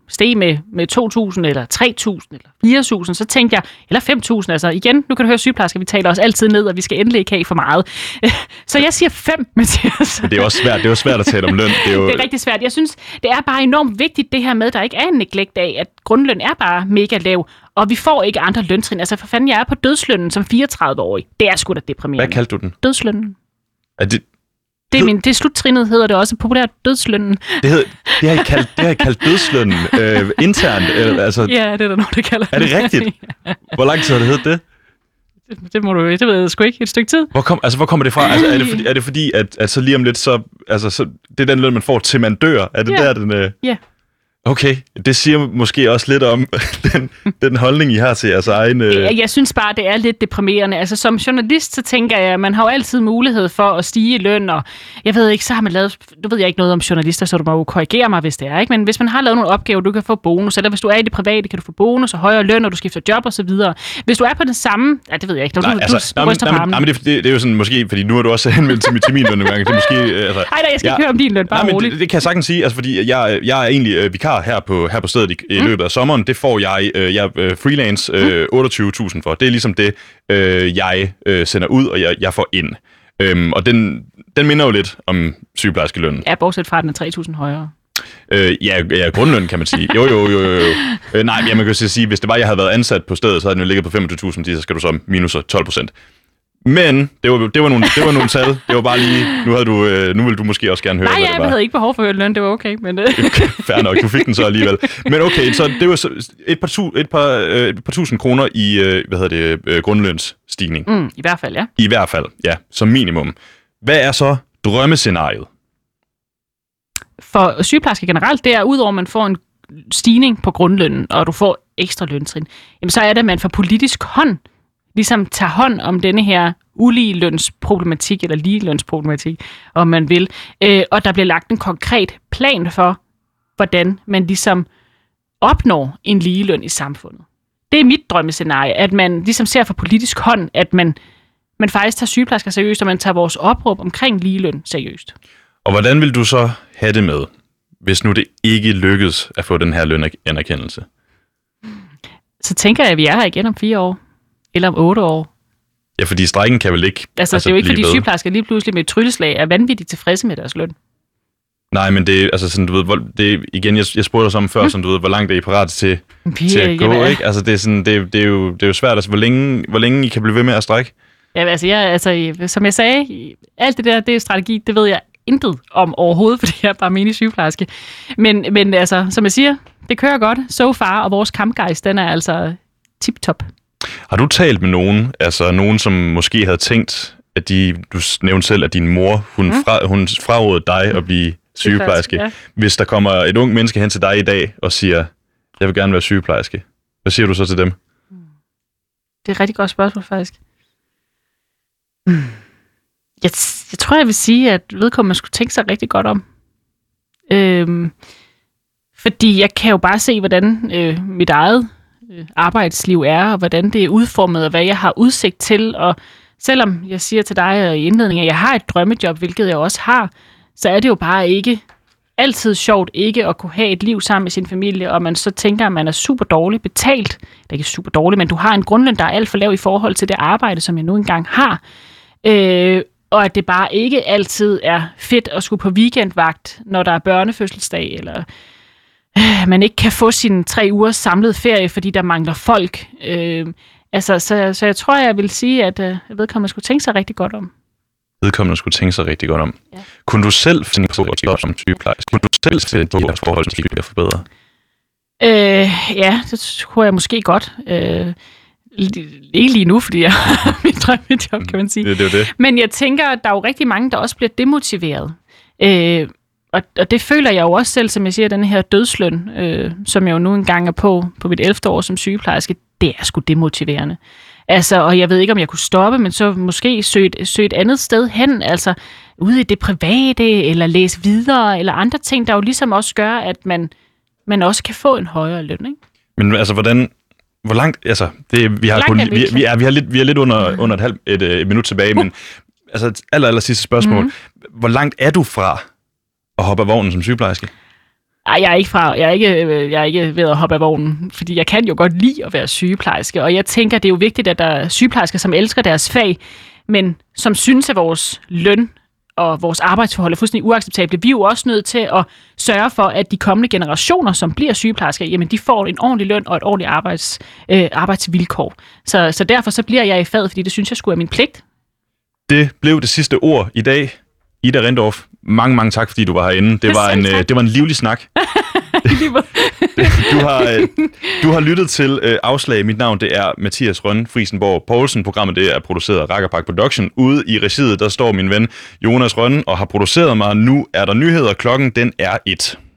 steg med, med to tusind, eller tre tusind, eller fire tusind, så tænkte jeg, eller fem tusind, altså igen, nu kan du høre sygeplejersker, vi taler os altid ned, og vi skal endelig ikke have for meget. Så jeg siger fem, Mathias. Men det er også svært, det er jo svært at tale om løn. Det er, jo... det er rigtig svært. Jeg synes, det er bare enormt vigtigt, det her med, at der ikke er en neglect af, at grundløn er bare mega lav, og vi får ikke andre løntrin. Altså for fanden, jeg er på dødslønnen som fireogtredive-årig. Det er sgu da deprimerende. Hvad kaldte du den? Dødslønnen. Er det... Det er, min, det er sluttrinnet, hedder det også populært, dødslønnen. Det, hed, det har I kaldt, det har I kaldt dødslønnen øh, internt. Eller, altså, ja, det er der nogen, der kalder det. Er det rigtigt? Hvor lang tid har det heddet det? det? Det må du det ved jeg sgu ikke. Et stykke tid. Hvor, kom, altså, hvor kommer det fra? Altså, er, det fordi, er det fordi, at, at så lige om lidt, så, altså, så det er den løn, man får til man dør? Er det ja. der, den... Øh... Ja. Okay, det siger måske også lidt om den, den holdning, I har til jeres egen... Øh... Jeg, jeg synes bare, det er lidt deprimerende. Altså som journalist, så tænker jeg, at man har jo altid mulighed for at stige i løn, og jeg ved ikke, så har man lavet... Du ved jeg ikke noget om journalister, så du må jo korrigere mig, hvis det er, ikke? Men hvis man har lavet nogle opgaver, du kan få bonus, eller hvis du er i det private, kan du få bonus og højere løn, og du skifter job og så videre. Hvis du er på den samme... Ja, det ved jeg ikke. Når nej, du, altså, du, du ryster på armen. Nej, men det, det, det er jo sådan, måske, fordi nu har du også henvendt til, til min løn nogle gange. Det er måske... Altså, nej, nej, jeg skal jeg, ikke høre om din løn, bare nej, roligt. Det, det kan jeg sagtens sige, altså fordi jeg, jeg er egentlig øh, vikar her på, her på stedet i, i mm. løbet af sommeren. Det får jeg, øh, jeg øh, freelance øh, otteogtyve tusind for. Det er ligesom det, øh, jeg øh, sender ud, og jeg, jeg får ind. Øhm, og den, den minder jo lidt om sygeplejerskelønnen. Ja, bortset fra, at den er tre tusind højere. Øh, ja, ja, grundløn kan man sige. Jo, jo, jo, jo. Øh, nej, ja, man kan jo sige, hvis det var, jeg havde været ansat på stedet, så havde den jo ligget på femogtyve tusind, så skal du så minus tolv procent. Men det var, det var nogle, det var nogle tal. Det var bare lige, nu havde du, øh, nu ville du måske også gerne høre, nej, hvad ja, det var. jeg havde ikke behov for at høre løn, det var okay, men øh. Fair nok, du fik den så alligevel. Men okay, så det var så et par, tu, et par, øh, et par tusind kroner i, øh, hvad hedder det, øh, grundlønsstigning. Mm, i hvert fald, ja. I hvert fald, ja, som minimum. Hvad er så drømmescenariet? For sygeplejersker generelt, det er, udover at man får en stigning på grundlønnen, og du får ekstra løntrin, jamen så er det, at man får politisk hånd, ligesom tager hånd om denne her uligelønsproblematik, eller ligelønsproblematik, om man vil. Øh, og der bliver lagt en konkret plan for, hvordan man ligesom opnår en ligeløn i samfundet. Det er mit drømmescenarie, at man ligesom ser for politisk hånd, at man, man faktisk tager sygeplejersker seriøst, og man tager vores opråb omkring ligeløn seriøst. Og hvordan vil du så have det med, hvis nu det ikke lykkedes at få den her lønanerkendelse? Så tænker jeg, at vi er her igen om fire år. Eller om otte år. Ja, fordi strejken kan vel ikke... Altså, altså det er jo ikke, fordi ved. Sygeplejersker lige pludselig med et trylleslag er vanvittigt tilfredse med deres løn. Nej, men det er, altså sådan, du ved, hvor, det er, igen, jeg, jeg spurgte dig om før, mm. sådan, du ved, hvor langt er I parat til, Vi, til at gå, jamen, ikke? Altså, det er, sådan, det, det, er jo, det er jo svært, altså, hvor længe, hvor længe I kan blive ved med at strejke? Ja, altså, jeg, altså, som jeg sagde, alt det der, det er strategi, det ved jeg intet om overhovedet, fordi jeg er bare menig sygeplejerske. Men, men altså, som jeg siger, det kører godt so far, og vores kampgejst, den er altså tip-top. Har du talt med nogen, altså nogen, som måske havde tænkt, at de, du nævnte selv, at din mor, hun, mm. fra, hun frarådede dig at blive sygeplejerske. Ja. Hvis der kommer et ung menneske hen til dig i dag og siger, jeg vil gerne være sygeplejerske, hvad siger du så til dem? Det er et rigtig godt spørgsmål, faktisk. Jeg, jeg tror, jeg vil sige, at vedkommende skulle tænke sig rigtig godt om. Øhm, fordi jeg kan jo bare se, hvordan øh, mit eget arbejdsliv er, og hvordan det er udformet, og hvad jeg har udsigt til. Og selvom jeg siger til dig i indledningen, at jeg har et drømmejob, hvilket jeg også har, så er det jo bare ikke altid sjovt ikke at kunne have et liv sammen med sin familie, og man så tænker, at man er super dårligt betalt. Det er ikke super dårligt, men du har en grundløn, der er alt for lav i forhold til det arbejde, som jeg nu engang har. Øh, og at det bare ikke altid er fedt at skulle på weekendvagt, når der er børnefødselsdag, eller man ikke kan få sine tre ugers samlede ferie, fordi der mangler folk. Øh, altså, så, så jeg tror, jeg vil sige, at øh, vedkommende skulle tænke sig rigtig godt om. Vedkommende skulle tænke sig rigtig godt om. Ja. Kunne du selv finde på at stoppe som sygeplejerske? Kunne du selv finde på, at jeres forhold til bliver forbedret? Øh, ja, det kunne jeg måske godt. Øh, ikke lige nu, fordi jeg har mit drømmejob, kan man sige. Det, det det. Men jeg tænker, at der er jo rigtig mange, der også bliver demotiveret. Øh, Og, og det føler jeg jo også selv, som jeg siger, den her dødsløn, øh, som jeg jo nu engang er på, på mit ellevte år som sygeplejerske, det er sgu demotiverende. Altså, og jeg ved ikke, om jeg kunne stoppe, men så måske søge et, søge et andet sted hen, altså ude i det private, eller læse videre, eller andre ting, der jo ligesom også gør, at man, man også kan få en højere løn, ikke? Men altså, hvordan... Hvor langt... Altså, det, vi, har kun, vi, vi, er, vi, har lidt, vi er lidt under, mm. under et, halv, et, et minut tilbage, uh. men altså, aller, aller sidste spørgsmål. Mm. Hvor langt er du fra at hoppe af vognen som sygeplejerske? Ej, jeg er ikke fra, jeg er ikke, jeg er ikke ved at hoppe af vognen, fordi jeg kan jo godt lide at være sygeplejerske, og jeg tænker, det er jo vigtigt, at der er sygeplejersker, som elsker deres fag, men som synes, at vores løn og vores arbejdsforhold er fuldstændig uacceptable. Vi er jo også nødt til at sørge for, at de kommende generationer, som bliver sygeplejersker, jamen de får en ordentlig løn og et ordentligt arbejds, øh, arbejdsvilkår. Så, så derfor så bliver jeg i faget, fordi det synes jeg skulle er min pligt. Det blev det sidste ord i dag. Ida Rindorff, mange, mange tak, fordi du var herinde. Det var en, det var en livlig snak. du, har, du har lyttet til uh, Afslag. Mit navn det er Mathias Rønne Friesenborg Poulsen. Programmet det er produceret af Rakkerpark Production. Ude i regiet, der står min ven Jonas Rønne og har produceret mig. Nu er der nyheder. Klokken den er et.